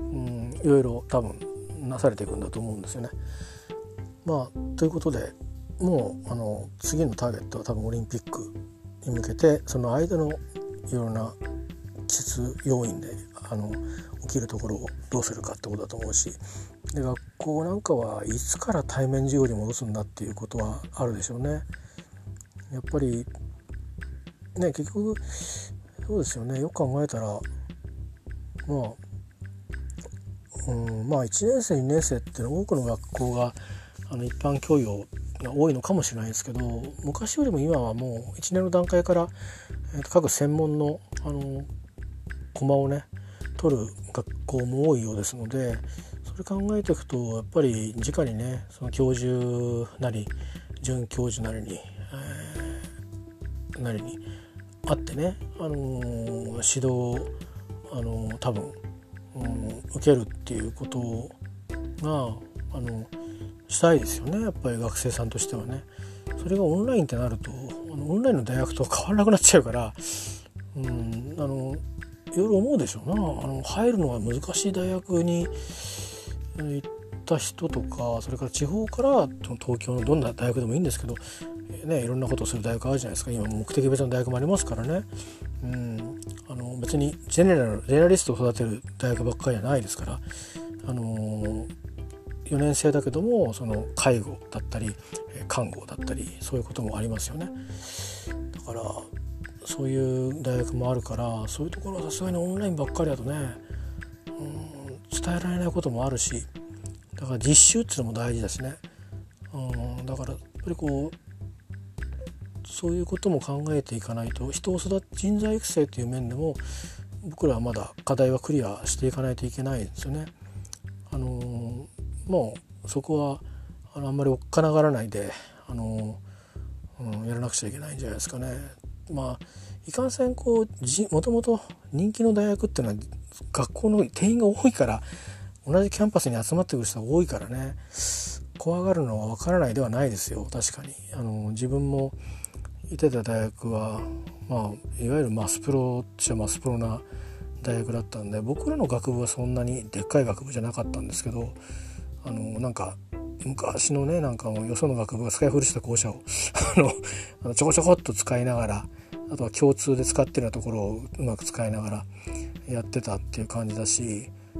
いろいろ多分なされていくんだと思うんですよね。まあということでもうあの次のターゲットは多分オリンピックに向けてその間のいろんな季節要因であの起きるところをどうするかってことだと思うし、で学校なんかはいつから対面授業に戻すんだっていうことはあるでしょうね。やっぱりね結局そうですよね。よく考えたらまあ、うん、まあいちねん生にねん生っていうのは多くの学校があの一般教養が多いのかもしれないですけど、昔よりも今はもういちねんの段階から、えー、と各専門のあのコマをね取る学校も多いようですので、それ考えていくとやっぱり直にねその教授なり准教授なりに、えー、なりに会ってね、あのー、指導を、あのー、多分、うん、受けるっていうことがあのしたいですよね。やっぱり学生さんとしてはね。それがオンラインってなるとあのオンラインの大学と変わらなくなっちゃうから、うん、あのいろいろ思うでしょうな。あの入るのが難しい大学に行っった人とか、それから地方から東京のどんな大学でもいいんですけど、ね、いろんなことをする大学あるじゃないですか。今目的別の大学もありますからね、うん、あの別にジェネラルジェネラリストを育てる大学ばっかりじゃないですから、あのー、よねん生だけどもその介護だったり看護だったりそういうこともありますよね。だからそういう大学もあるから、そういうところはさすがにオンラインばっかりだとね、うん、伝えられないこともあるし、だから実習っていうのも大事だしね、うん、だからやっぱりこうそういうことも考えていかないと、人を育て人材育成という面でも僕らはまだ課題はクリアしていかないといけないですよね。あのー、もうそこはあのあんまりおっかながらないで、あのーうん、やらなくちゃいけないんじゃないですかね。まあいかんせんこうじもともと人気の大学っていうのは学校の定員が多いから、同じキャンパスに集まってくる人が多いからね、怖がるのは分からないではないですよ。確かにあの自分もいてた大学は、まあ、いわゆるマスプロっちゃマスプロな大学だったんで、僕らの学部はそんなにでっかい学部じゃなかったんですけど、あのなんか昔のね、なんかもうよその学部が使い古した校舎をあのあのちょこちょこっと使いながら、あとは共通で使ってるようなところをうまく使いながらやってたっていう感じだし、うん、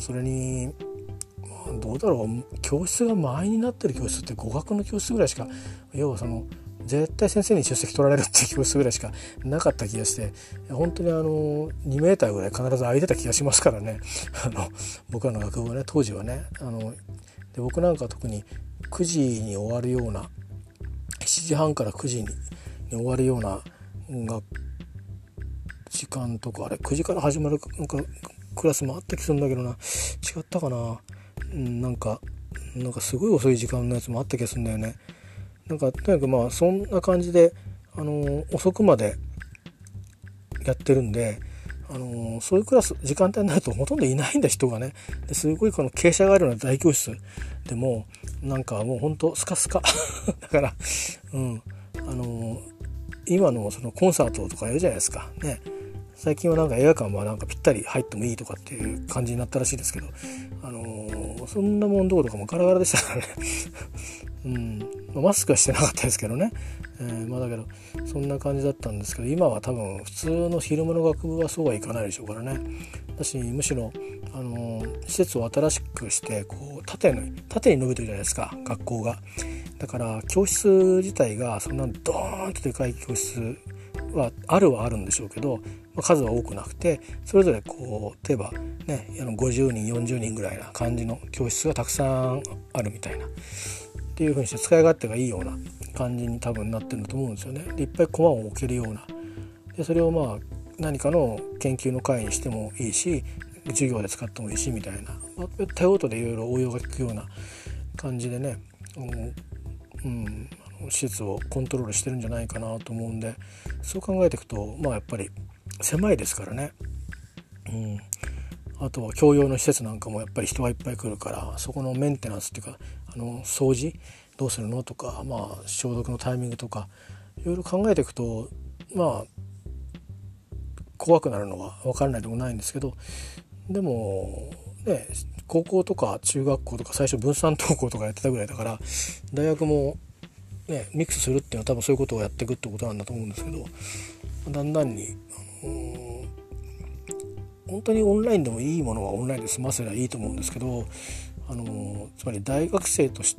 それに、まあ、どうだろう、教室が満員になってる教室って語学の教室ぐらいしか、要はその絶対先生に出席取られるっていう教室ぐらいしかなかった気がして、本当にあのにメーターぐらい必ず空いてた気がしますからねあの僕らの学部はね、当時はね、あので僕なんかは特にくじに終わるような、しちじはんからくじに終わるようなが時間とか、あれくじから始まるなんかクラスもあった気するんだけどな、違ったかな、うん、なんかなんかすごい遅い時間のやつもあった気がするんだよね。なんかとにかくまあそんな感じで、あのー、遅くまでやってるんで、あのー、そういうクラス時間帯になるとほとんどいないんだ人がね。ですごいこの傾斜があるような大教室でもなんかもうほんとスカスカだから、うん、あのー、今のそのコンサートとかやるじゃないですかね。最近はなんか映画館はなんかぴったり入ってもいいとかっていう感じになったらしいですけど、あのー、そんなもんどことかもガラガラでしたからねうん、マスクはしてなかったですけどね、えー、まあだけどそんな感じだったんですけど、今は多分普通の昼間の学部はそうはいかないでしょうからね。だしむしろ、あのー、施設を新しくしてこう縦の縦に伸びてるじゃないですか、学校が。だから教室自体がそんなドーンとでかい教室はあるはあるんでしょうけど、まあ、数は多くなくて、それぞれこう例えばね、あのごじゅうにんよんじゅうにんぐらいな感じの教室がたくさんあるみたいなっていう風にして使い勝手がいいような感じに多分なってるんだと思うんですよね。でいっぱいコマを置けるような、でそれをまあ何かの研究の会にしてもいいし、授業で使ってもいいしみたいな、まあ、多用途でいろいろ応用が利くような感じでね、うん、施設をコントロールしてるんじゃないかなと思うんで、そう考えていくとまあやっぱり狭いですからね、うん、あとは共用の施設なんかもやっぱり人がいっぱい来るから、そこのメンテナンスっていうか、あの掃除どうするのとか、まあ消毒のタイミングとかいろいろ考えていくと、まあ怖くなるのは分からないでもないんですけど、でもね、高校とか中学校とか最初分散登校とかやってたぐらいだから、大学もねミックスするっていうのは多分そういうことをやっていくってことなんだと思うんですけど、だんだんに、あのー、本当にオンラインでもいいものはオンラインで済ませればいいと思うんですけど、あのー、つまり大学生として、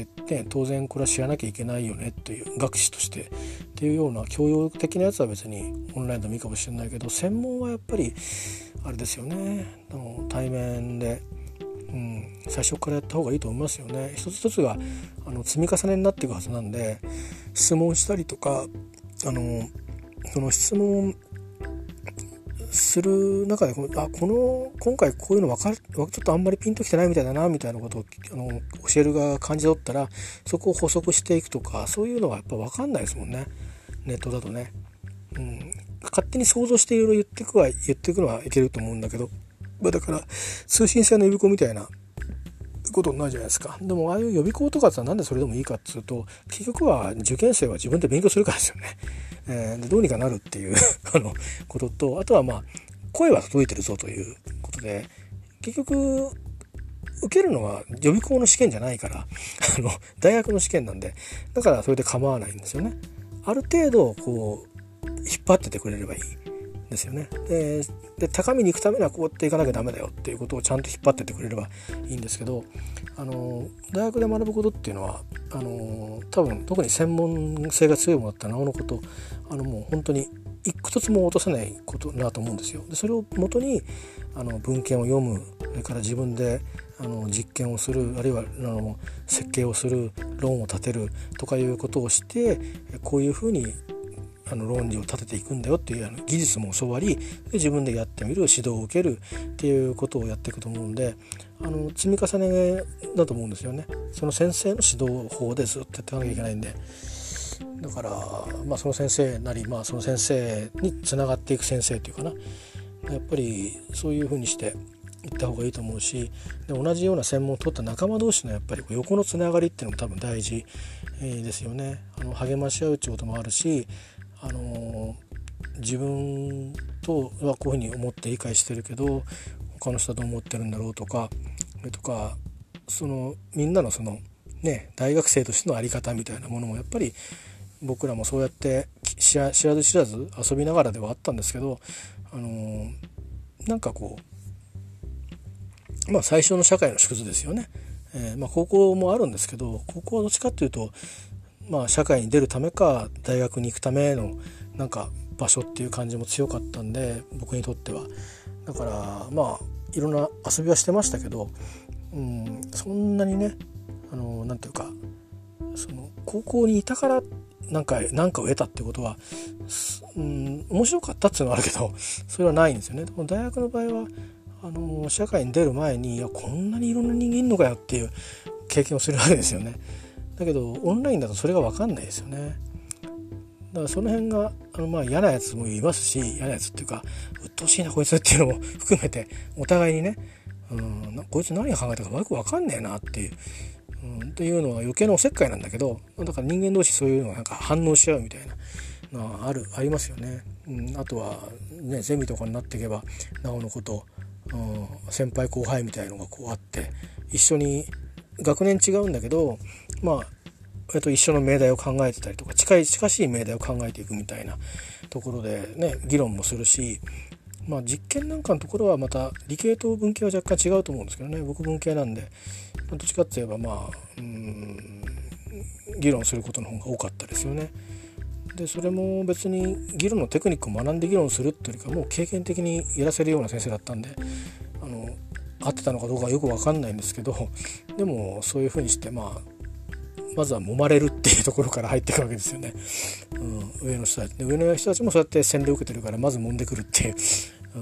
ね、当然これは知らなきゃいけないよねという、学士としてっていうような教養的なやつは別にオンラインでもいいかもしれないけど、専門はやっぱりあれですよね、あの対面で、うん、最初からやった方がいいと思いますよね。一つ一つがあの積み重ねになっていくはずなんで、質問したりとか、あのその質問する中で、あこの今回こういうの分かる、ちょっとあんまりピンときてないみたいだなみたいなことをあの教える側が感じ取ったら、そこを補足していくとか、そういうのはやっぱ分かんないですもんね、ネットだとね。うん、勝手に想像していろいろ言っていくは言っていくのはいけると思うんだけど、だから通信制の予備校みたいなことになるじゃないですか。でもああいう予備校とかってなんでそれでもいいかっていうと、結局は受験生は自分で勉強するからですよね。えー、でどうにかなるっていうあのことと、あとはまあ声は届いてるぞということで、結局受けるのは予備校の試験じゃないからあの大学の試験なんで、だからそれで構わないんですよね。ある程度こう引っ張っててくれればいいですよね。で、で高みに行くためにはこうやっていかなきゃダメだよっていうことをちゃんと引っ張っててくれればいいんですけど、あの大学で学ぶことっていうのはあの多分特に専門性が強いものだったらなおのこと、あのもう本当に一つも落とせないことだと思うんですよ。でそれを元にあの文献を読む、それから自分であの実験をする、あるいはあの設計をする、論を立てるとかいうことをして、こういうふうにあの論理を立てていくんだよっていうあの技術も教わり、で自分でやってみる、指導を受けるっていうことをやっていくと思うんで、あの積み重ねだと思うんですよね。その先生の指導法でずっとやっていかなきゃいけないんで、だから、まあ、その先生なり、まあ、その先生につながっていく先生っていうかな、やっぱりそういうふうにしていった方がいいと思うし、で同じような専門を取った仲間同士のやっぱり横のつながりっていうのも多分大事ですよね。あの励まし合うってこともあるし、あの自分とはこういうふうに思って理解してるけど他の人はどう思ってるんだろうとか、それとかそのみんなのそのね大学生としての在り方みたいなものもやっぱり僕らもそうやって知らず知らず遊びながらではあったんですけど、あのなんかこうまあ最初の社会の縮図ですよね。えー、まあ高校もあるんですけど、高校はどっちかっていうとまあ社会に出るためか大学に行くためのなんか場所っていう感じも強かったんで、僕にとってはだからまあいろんな遊びはしてましたけど、うん、そんなにねあのなんていうかその高校にいたからなんかなんかを得たってことは、うん、面白かったっていうのはあるけどそれはないんですよね。でも大学の場合はあの社会に出る前にいやこんなにいろんな人間いるのかよっていう経験をするわけですよね。だけどオンラインだとそれが分かんないですよね。だからその辺があのまあ嫌なやつもいますし、嫌なやつっていうか鬱陶しいなこいつっていうのも含めてお互いにね、うん、こいつ何が考えたかよく分かんねえなっていう、うん、っていうのは余計なおせっかいなんだけど、だから人間同士そういうのがなんか反応し合うみたいなのはあるありますよね。うん、あとはねゼミとかになっていけばなおのこと、うん、先輩後輩みたいのがこうあって一緒に学年違うんだけどまあえっと、一緒の命題を考えてたりとか近い近しい命題を考えていくみたいなところでね議論もするし、まあ実験なんかのところはまた理系と文系は若干違うと思うんですけどね。僕文系なんでどっちかって言えばまあうーん議論することの方が多かったですよね。でそれも別に議論のテクニックを学んで議論するっていうよりかもう経験的にやらせるような先生だったんで、あの合ってたのかどうかはよく分かんないんですけど、でもそういうふうにしてまあまずは揉まれるっていうところから入っていくわけですよね。うん、上の人たちで上の人たちもそうやって洗礼を受けてるからまず揉んでくるっていう、うん、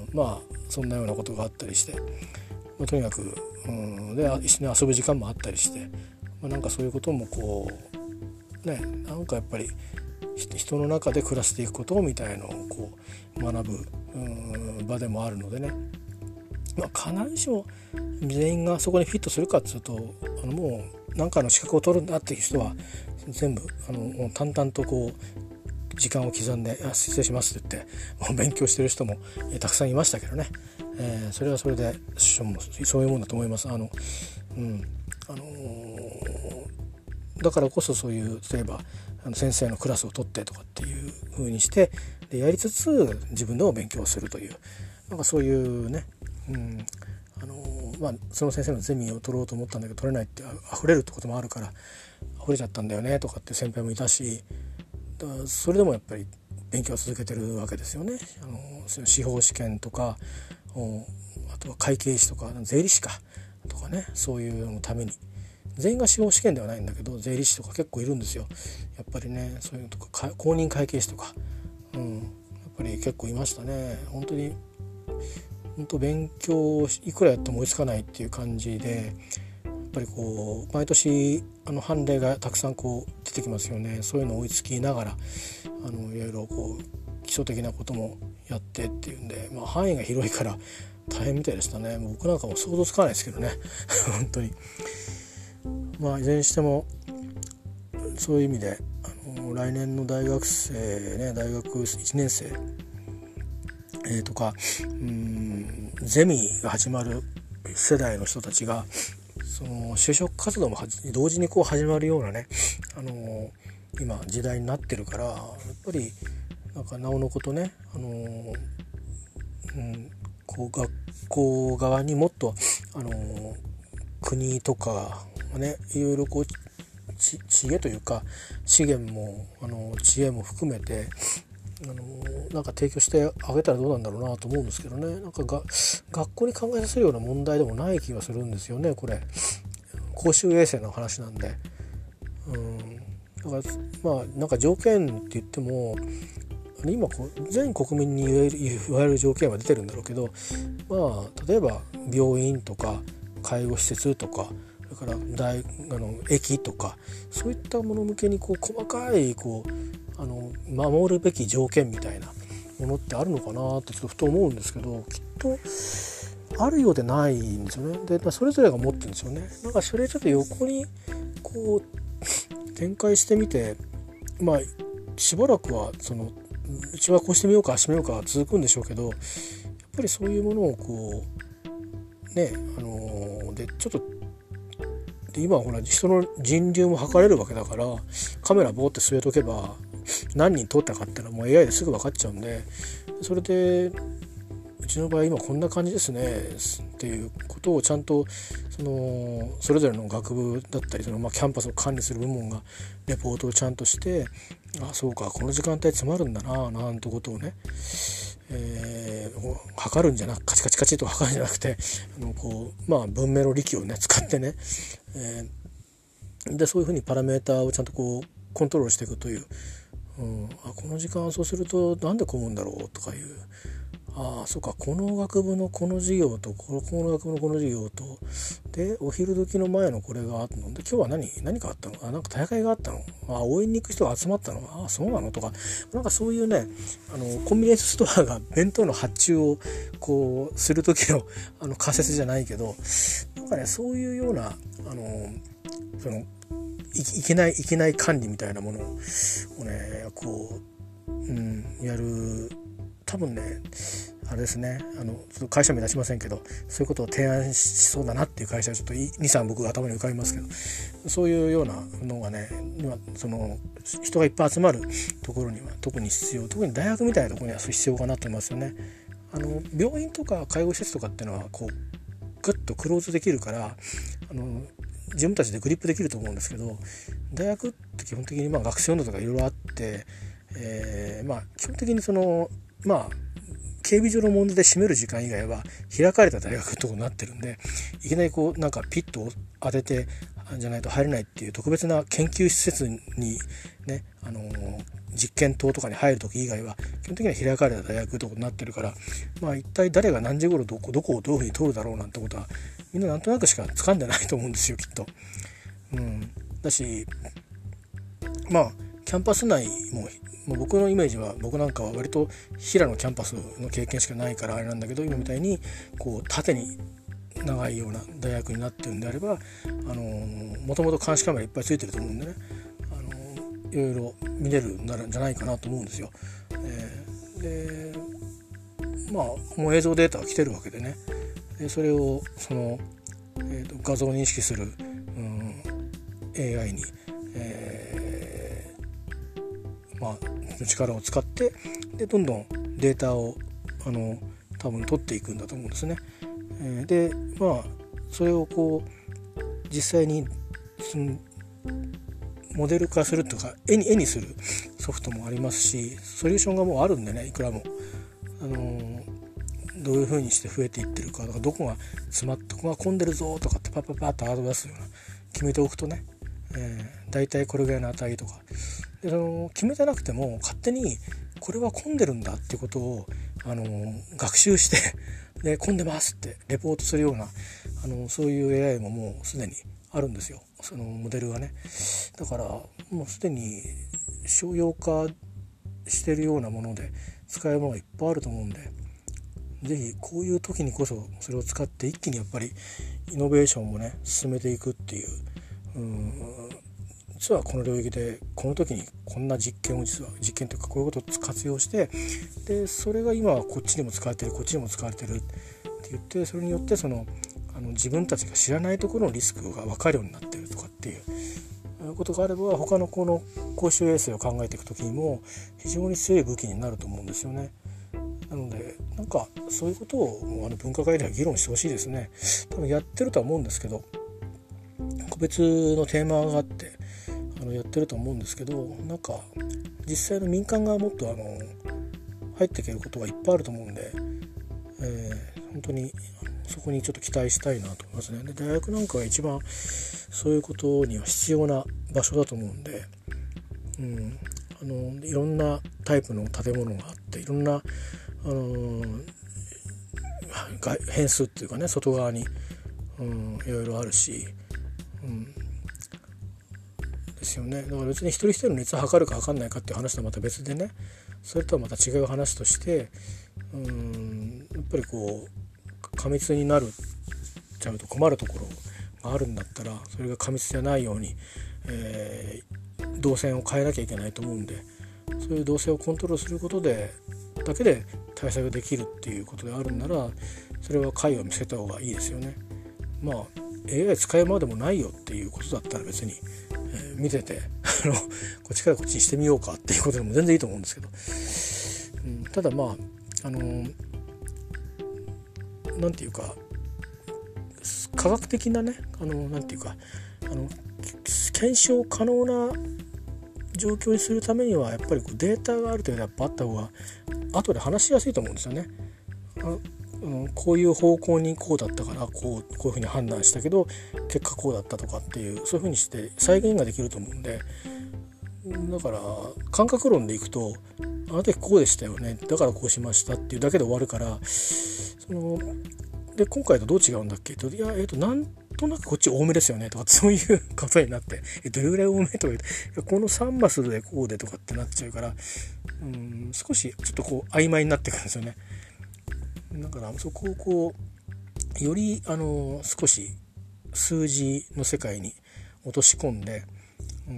まあそんなようなことがあったりして、まあ、とにかく、うん、で一緒に遊ぶ時間もあったりして、まあ、なんかそういうこともこうねなんかやっぱり人の中で暮らしていくことみたいのをこう学ぶ、うん、場でもあるのでね、まあ、必ずしも全員がそこにフィットするかっていうとあのもう何かの資格を取るんだっていう人は全部あの淡々とこう時間を刻んで「失礼します」って言ってもう勉強してる人もたくさんいましたけどね、えー、それはそれで師匠もそういうもんだと思います。あの、うんあのー、だからこそそういう例えばあの先生のクラスを取ってとかっていう風にしてでやりつつ自分でも勉強するというなんかそういうね、うんあのまあ、その先生のゼミを取ろうと思ったんだけど取れないって溢れるってこともあるから溢れちゃったんだよねとかっていう先輩もいたし、だからそれでもやっぱり勉強を続けてるわけですよね。あの司法試験とかあとは会計士とか税理士かとかね、そういうののために全員が司法試験ではないんだけど税理士とか結構いるんですよやっぱりね。そういうのとか公認会計士とか、うん、やっぱり結構いましたね。本当に本当勉強いくらやっても追いつかないっていう感じでやっぱりこう毎年あの判例がたくさんこう出てきますよね。そういうのを追いつきながらあのいろいろこう基礎的なこともやってっていうんで、まあ、範囲が広いから大変みたいでしたね。もう僕なんかも想像つかないですけどね本当に。まあいずれにしてもそういう意味であの来年の大学生ね大学いちねん生えー、とかうーんゼミが始まる世代の人たちがその就職活動も同時にこう始まるようなね、あの今時代になってるから、やっぱりなんかなおのことね、あの、うん、こう学校側にもっとあの国とかね、いろいろこう知恵というか資源もあの知恵も含めてあのなんか提供してあげたらどうなんだろうなと思うんですけどね。なんかが学校に考えさせるような問題でもない気がするんですよね、これ。公衆衛生の話なんで、うん、だからまあなんか条件って言っても今こう全国民に言える言われる条件は出てるんだろうけど、まあ例えば病院とか介護施設とか、それから大あの駅とか、そういったもの向けにこう細かいこうあの守るべき条件みたいなものってあるのかなってちょっとふと思うんですけど、きっとあるようでないんですよね。で、まあ、それぞれが持ってるんですよね。なんかそれちょっと横にこう展開してみて、まあしばらくはそのうちはこうしてみようかああしてみようか続くんでしょうけど、やっぱりそういうものをこうね、あのー、でちょっとで今はほら人の人流も測れるわけだから、カメラボーって据えとけば何人通ったかっていうのはもう エーアイ ですぐ分かっちゃうんで、それでうちの場合今こんな感じですねっていうことをちゃんとそのそれぞれの学部だったりその、まあ、キャンパスを管理する部門がレポートをちゃんとして、あそうかこの時間帯詰まるんだななんてことをね、えー、測るんじゃなくカチカチカチと測るんじゃなくて、あのこう、まあ、文明の利器をね使ってね、えー、でそういうふうにパラメーターをちゃんとこうコントロールしていくという、うん、あこの時間そうするとなんで混むんだろうとかいう、ああそうかこの学部のこの授業とこのこの学部のこの授業とでお昼時の前のこれがあったので、今日は何何かあったの、あなんか大会があったの、あ応援に行く人が集まったの、あそうなのとか、なんかそういうね、あのコンビニエンスストアが弁当の発注をこうする時のあの仮説じゃないけど、なんかねそういうようなあのその い, いけないいけない管理みたいなものをねこう、うん、やる。多分ねあれですね、あのちょっと会社名出しませんけど、そういうことを提案しそうだなっていう会社はちょっと にさん僕が頭に浮かびますけど、そういうようなのがね今その人がいっぱい集まるところには特に必要、特に大学みたいなところには必要かなと思いますよね。あの病院とか介護施設とかっていうのはこうグッとクローズできるからあの自分たちでグリップできると思うんですけど、大学って基本的にまあ学生運動とかいろいろあって、えー、まあ基本的にそのまあ警備上の問題で閉める時間以外は開かれた大学となってるんで、いきなりこうなんかピッと当ててじゃないと入れないっていう特別な研究施設にね、あのー、実験棟とかに入る時以外は基本的には開かれた大学となってるから、まあ一体誰が何時頃どこどこをどういうふうに通るだろうなんてことはみんななんとなくしか掴んでないと思うんですよきっと。うん、だしまあキャンパス内ももう僕のイメージは僕なんかは割と平のキャンパスの経験しかないからあれなんだけど、今みたいにこう縦に長いような大学になってるんであれば、あのー、もともと監視カメラいっぱいついてると思うんでね、あのー、いろいろ見れるんじゃないかなと思うんですよ。えー、でまあもう映像データが来てるわけでね、でそれをその、えーと、画像認識する、うん、エーアイ に、えー、まあ力を使ってでどんどんデータをあの多分取っていくんだと思うんですね。えー、でまあそれをこう実際にそのモデル化するとか絵に絵にするソフトもありますし、ソリューションがもうあるんでね、いくらも、あのー、どういう風にして増えていってるかとか、どこが詰まってここが混んでるぞとかってパッパッパッとアドバイス決めておくとね、えー、だいたいこれぐらいの値とかで、その決めてなくても勝手にこれは混んでるんだっていうことを、あのー、学習してで混んでますってレポートするような、あのー、そういう エーアイ ももうすでにあるんですよ、そのモデルがね。だからもうすでに商用化してるようなもので使えるものがいっぱいあると思うんで、ぜひこういう時にこそそれを使って一気にやっぱりイノベーションもね進めていくっていう、うーん実はこの領域でこの時にこんな実験を実は実験というかこういうことを活用して、でそれが今はこっちにも使われてるこっちにも使われてるっって言って、それによってそのあの自分たちが知らないところのリスクが分かるようになってるとかっていうことがあれば、他のこの公衆衛生を考えていくときにも非常に強い武器になると思うんですよね。なのでなんかそういうことをあの分科会では議論してほしいですね。多分やってるとは思うんですけど、個別のテーマがあってあのやってると思うんですけど、なんか実際の民間がもっとあの入っていけることがいっぱいあると思うんで、えー、本当にそこにちょっと期待したいなと思いますね。で、大学なんかが一番そういうことには必要な場所だと思うんで、うん、あのいろんなタイプの建物があって、いろんな、あのー、変数っていうかね、外側に、うん、いろいろあるし、うん、ですよね。だから別に一人一人の熱を測るか測んないかっていう話とはまた別でね、それとはまた違う話として、うん、やっぱりこう過密になるちゃうと困るところがあるんだったら、それが過密じゃないように、えー、動線を変えなきゃいけないと思うんで、そういう動線をコントロールすることでだけで対策できるっていうことであるんなら、それは解を見せた方がいいですよね。まあ エーアイ 使うまでもないよっていうことだったら別に、えー、見ててあのこっちからこっちにしてみようかっていうことでも全然いいと思うんですけど、うん、ただまああのーなんていうか科学的なね、あのなんていうかあの検証可能な状況にするためにはやっぱりこうデータがある程度やっぱあった方が後で話しやすいと思うんですよね。あ、うん、こういう方向にこうだったからこうこういうふうに判断したけど結果こうだったとかっていう、そういうふうにして再現ができると思うんで、だから感覚論でいくとあの時こうでしたよね、だからこうしましたっていうだけで終わるから、そので今回とどう違うんだっけと、いや、えっとなんとなくこっち多めですよねとかそういうことになって、えどれぐらい多めとか言うと、このさんマスでこうでとかってなっちゃうから、うん、少しちょっとこう曖昧になってくるんですよね。だからそこをこうよりあの少し数字の世界に落とし込んで、うん、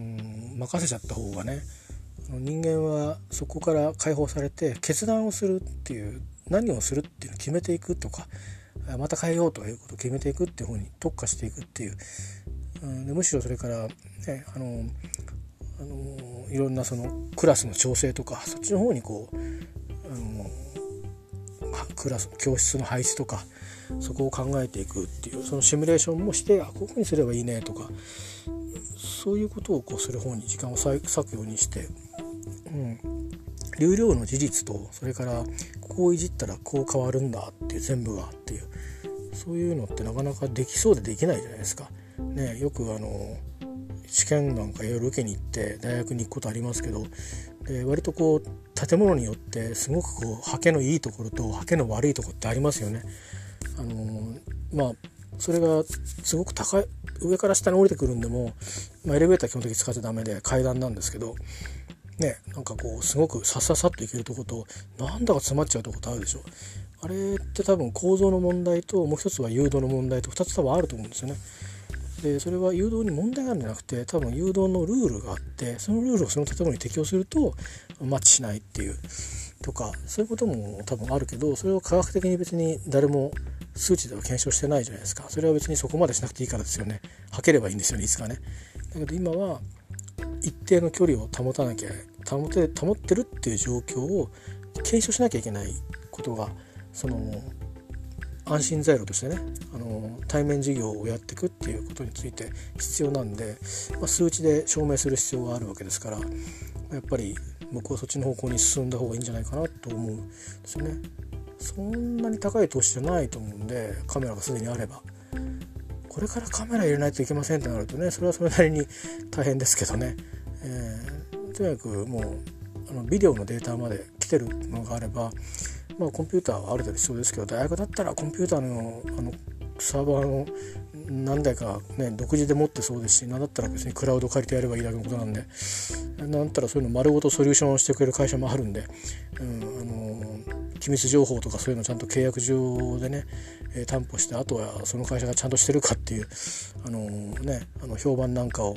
任せちゃった方がね、人間はそこから解放されて決断をするっていう、何をするっていうのを決めていくとか、また変えようということを決めていくっていう方に特化していくっていう、うん、でむしろそれから、ね、あのあのいろんなそのクラスの調整とかそっちの方にこうあのクラス教室の配置とかそこを考えていくっていう、そのシミュレーションもして、あこういうふうにすればいいねとか、そういうことをこうする方に時間を割くようにして、うん、流量の事実とそれからここをいじったらこう変わるんだっていう全部がっていう、そういうのってなかなかできそうでできないじゃないですか。ね、よくあの試験なんかいろいろ受けに行って大学に行くことありますけど、で割とこう建物によってすごくこうハケのいいところとハケの悪いところってありますよね。あのまあそれがすごく高い上から下に降りてくるんでも、まあ、エレベーター基本的に使っちゃダメで階段なんですけどね、なんかこうすごくさっささっと行けるとことなんだか詰まっちゃうとことあるでしょ。あれって多分構造の問題ともう一つは誘導の問題とふたつ多分あると思うんですよね。でそれは誘導に問題があるんじゃなくて、多分誘導のルールがあって、そのルールをその建物に適用するとマッチしないっていうとか、そういうことも多分あるけど、それを科学的に別に誰も数値では検証してないじゃないですか。それは別にそこまでしなくていいからですよね。測ければいいんですよね、いつかね。だけど今は一定の距離を保たなきゃ保て保ってるっていう状況を検証しなきゃいけないことが、その安心材料としてね、あの対面授業をやっていくっていうことについて必要なんで、まあ、数値で証明する必要があるわけですから、やっぱり僕はそっちの方向に進んだ方がいいんじゃないかなと思うんですよね。そんなに高い投資じゃないと思うんで、カメラがすでにあれば。これからカメラ入れないといけませんってなるとね、それはそれなりに大変ですけどね、えー、とにかくもうあのビデオのデータまで来てるのがあれば、まあ、コンピューターはある程度必要ですけど、大学だったらコンピューターの、あのサーバーの何台か、ね、独自で持ってそうですし、なんだったら別にクラウド借りてやればいいだけのことなんで、なんだったらそういうの丸ごとソリューションしてくれる会社もあるんで、うん、あの機密情報とかそういうのちゃんと契約上でね、えー、担保して、あとはその会社がちゃんとしてるかっていう、あのー、ね、あの評判なんかを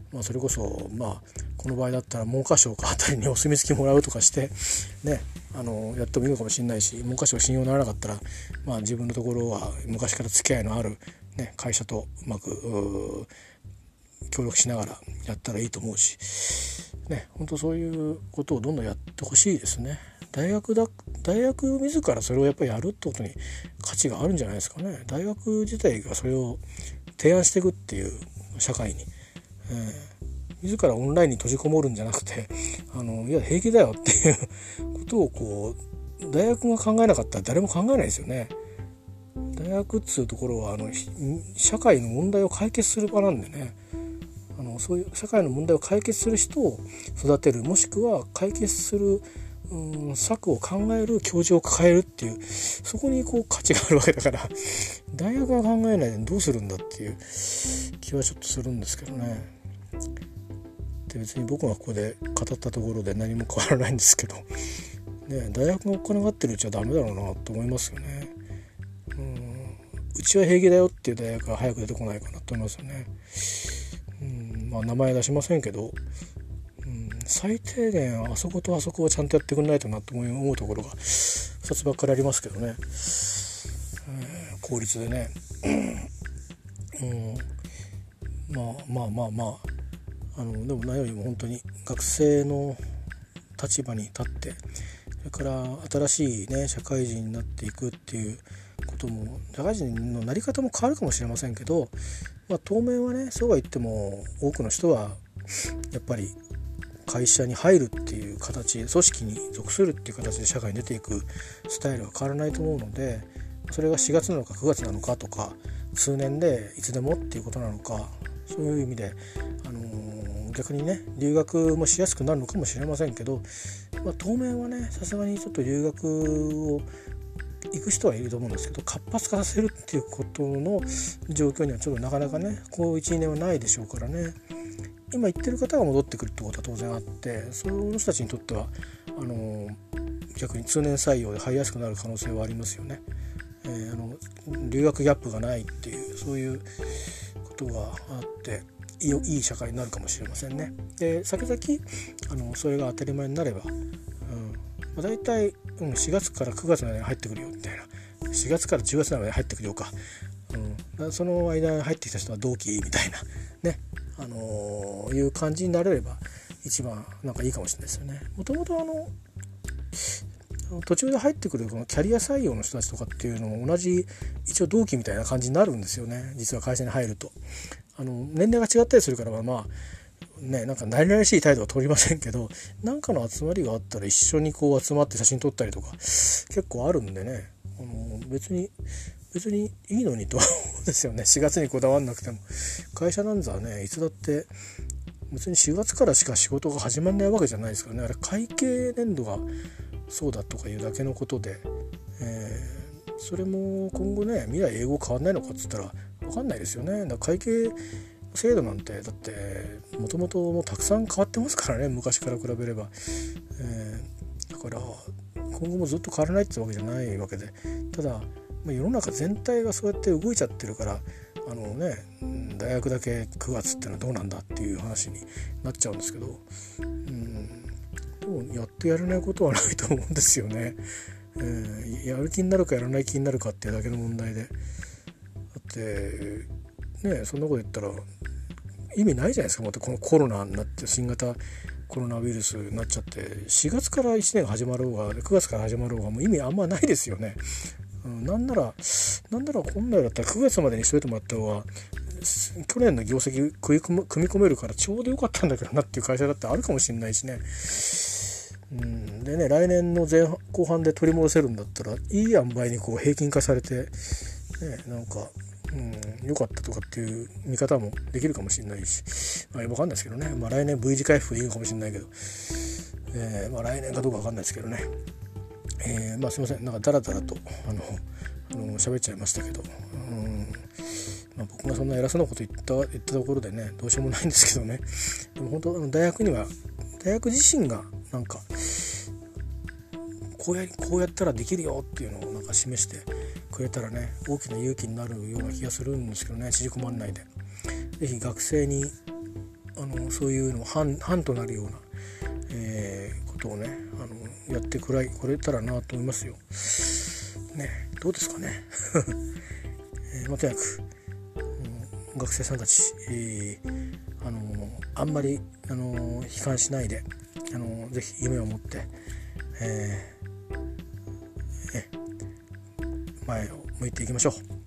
まあ、それこそまあこの場合だったら文科省かあたりにお墨付きもらうとかしてね、あのやってもいいのかもしれないし、文科省信用ならなかったら、まあ、自分のところは昔から付き合いのある、ね、会社とうまく協力しながらやったらいいと思うし、ね、本当そういうことをどんどんやってほしいですね。大学だ大学自らそれをやっぱりやるってことに価値があるんじゃないですかね。大学自体がそれを提案していくっていう社会に、えー、自らオンラインに閉じこもるんじゃなくて、あのいや平気だよっていうことをこう大学が考えなかったら誰も考えないですよね。大学っつうところはあの社会の問題を解決する場なんでね、あのそういう社会の問題を解決する人を育てる、もしくは解決するうん策を考える教授を抱えるっていう、そこにこう価値があるわけだから大学が考えないでどうするんだっていう気はちょっとするんですけどね。で別に僕がここで語ったところで何も変わらないんですけど、ね、大学がお金がってるうちはダメだろうなと思いますよね。うんうちは平気だよっていう大学が早く出てこないかなと思いますよね。うんまあ名前出しませんけど、最低限あそことあそこをちゃんとやってくれないとなと思うところがふたつばっかりありますけどね、えー、公立でね、うん、まあまあまあまああのでも何よりも本当に学生の立場に立って、それから新しいね社会人になっていくっていうことも、社会人のなり方も変わるかもしれませんけど、まあ、当面はねそうは言っても多くの人はやっぱり会社に入るっていう形、組織に属するっていう形で社会に出ていくスタイルは変わらないと思うので、それがしがつなのかくがつなのかとか、数年でいつでもっていうことなのか、そういう意味で、あのー、逆にね留学もしやすくなるのかもしれませんけど、まあ、当面はねさすがにちょっと留学を行く人はいると思うんですけど、活発化させるっていうことの状況にはちょっとなかなかねこう いちにねんはないでしょうからね。今言ってる方が戻ってくるってことは当然あって、その人たちにとってはあの逆に通年採用で入りやすくなる可能性はありますよね。えー、あの留学ギャップがないっていうそういうことがあっていい、いい社会になるかもしれませんね。で先々あのそれが当たり前になれば、うんまあ、だいたい、うん、しがつからくがつまでに入ってくるよみたいな、しがつからじゅうがつまでに入ってくるよか、うん、その間に入ってきた人は同期みたいなね、あのー、いう感じになれれば一番なんかいいかもしれないですよね。もともとあの途中で入ってくるこのキャリア採用の人たちとかっていうのも同じ一応同期みたいな感じになるんですよね。実は会社に入るとあの年齢が違ったりするから、まあね、なんか慣れ慣れしい態度は取りませんけど、なんかの集まりがあったら一緒にこう集まって写真撮ったりとか結構あるんでね、あの別に別にいいのにとですよね。しがつにこだわんなくても会社なんざねいつだって別にしがつからしか仕事が始まんないわけじゃないですからね。あれ会計年度がそうだとかいうだけのことで、えー、それも今後ね未来英語変わんないのかっつったら分かんないですよね。だから会計制度なんてだってもともともうたくさん変わってますからね、昔から比べれば、えー、だから今後もずっと変わらないってわけじゃないわけで、ただ世の中全体がそうやって動いちゃってるから、あのね大学だけくがつってのはどうなんだっていう話になっちゃうんですけど、うんでもやってやれないことはないと思うんですよね。えー、やる気になるかやらない気になるかっていうだけの問題で、だってねそんなこと言ったら意味ないじゃないですか。またこのコロナになって新型コロナウイルスになっちゃってしがつからいちねんが始まろうがくがつから始まろうがもう意味あんまないですよね。うん、なんならなんなら本来だったらくがつまでにしといてもらった方が去年の業績組み込めるからちょうどよかったんだけどなっていう会社だってあるかもしれないしね。うん、でね来年の前半後半で取り戻せるんだったらいい塩梅にこう平均化されて、ね、なんか、うん、良かったとかっていう見方もできるかもしれないし、まあ、分かんないですけどね、まあ、来年 V 字回復でいいのかもしれないけど、えーまあ、来年かどうか分かんないですけどね、えーまあ、すいませんなんかダラダラとあのあの喋っちゃいましたけど、うんまあ、僕がそんな偉そうなこと言った言ったところでねどうしようもないんですけどね。でも本当あの大学には大学自身がなんかこうやこうやったらできるよっていうのをなんか示してくれたらね大きな勇気になるような気がするんですけどね。縮こまんないでぜひ学生にあのそういうの犯犯となるような、えー、ことをねあのやってくらいこれたらなと思いますよ。ね、どうですかね。えーまあ、とにかく、うん、学生さんたち、えー、あのあんまりあの悲観しないで、あのぜひ夢を持って、えー、え前を向いていきましょう。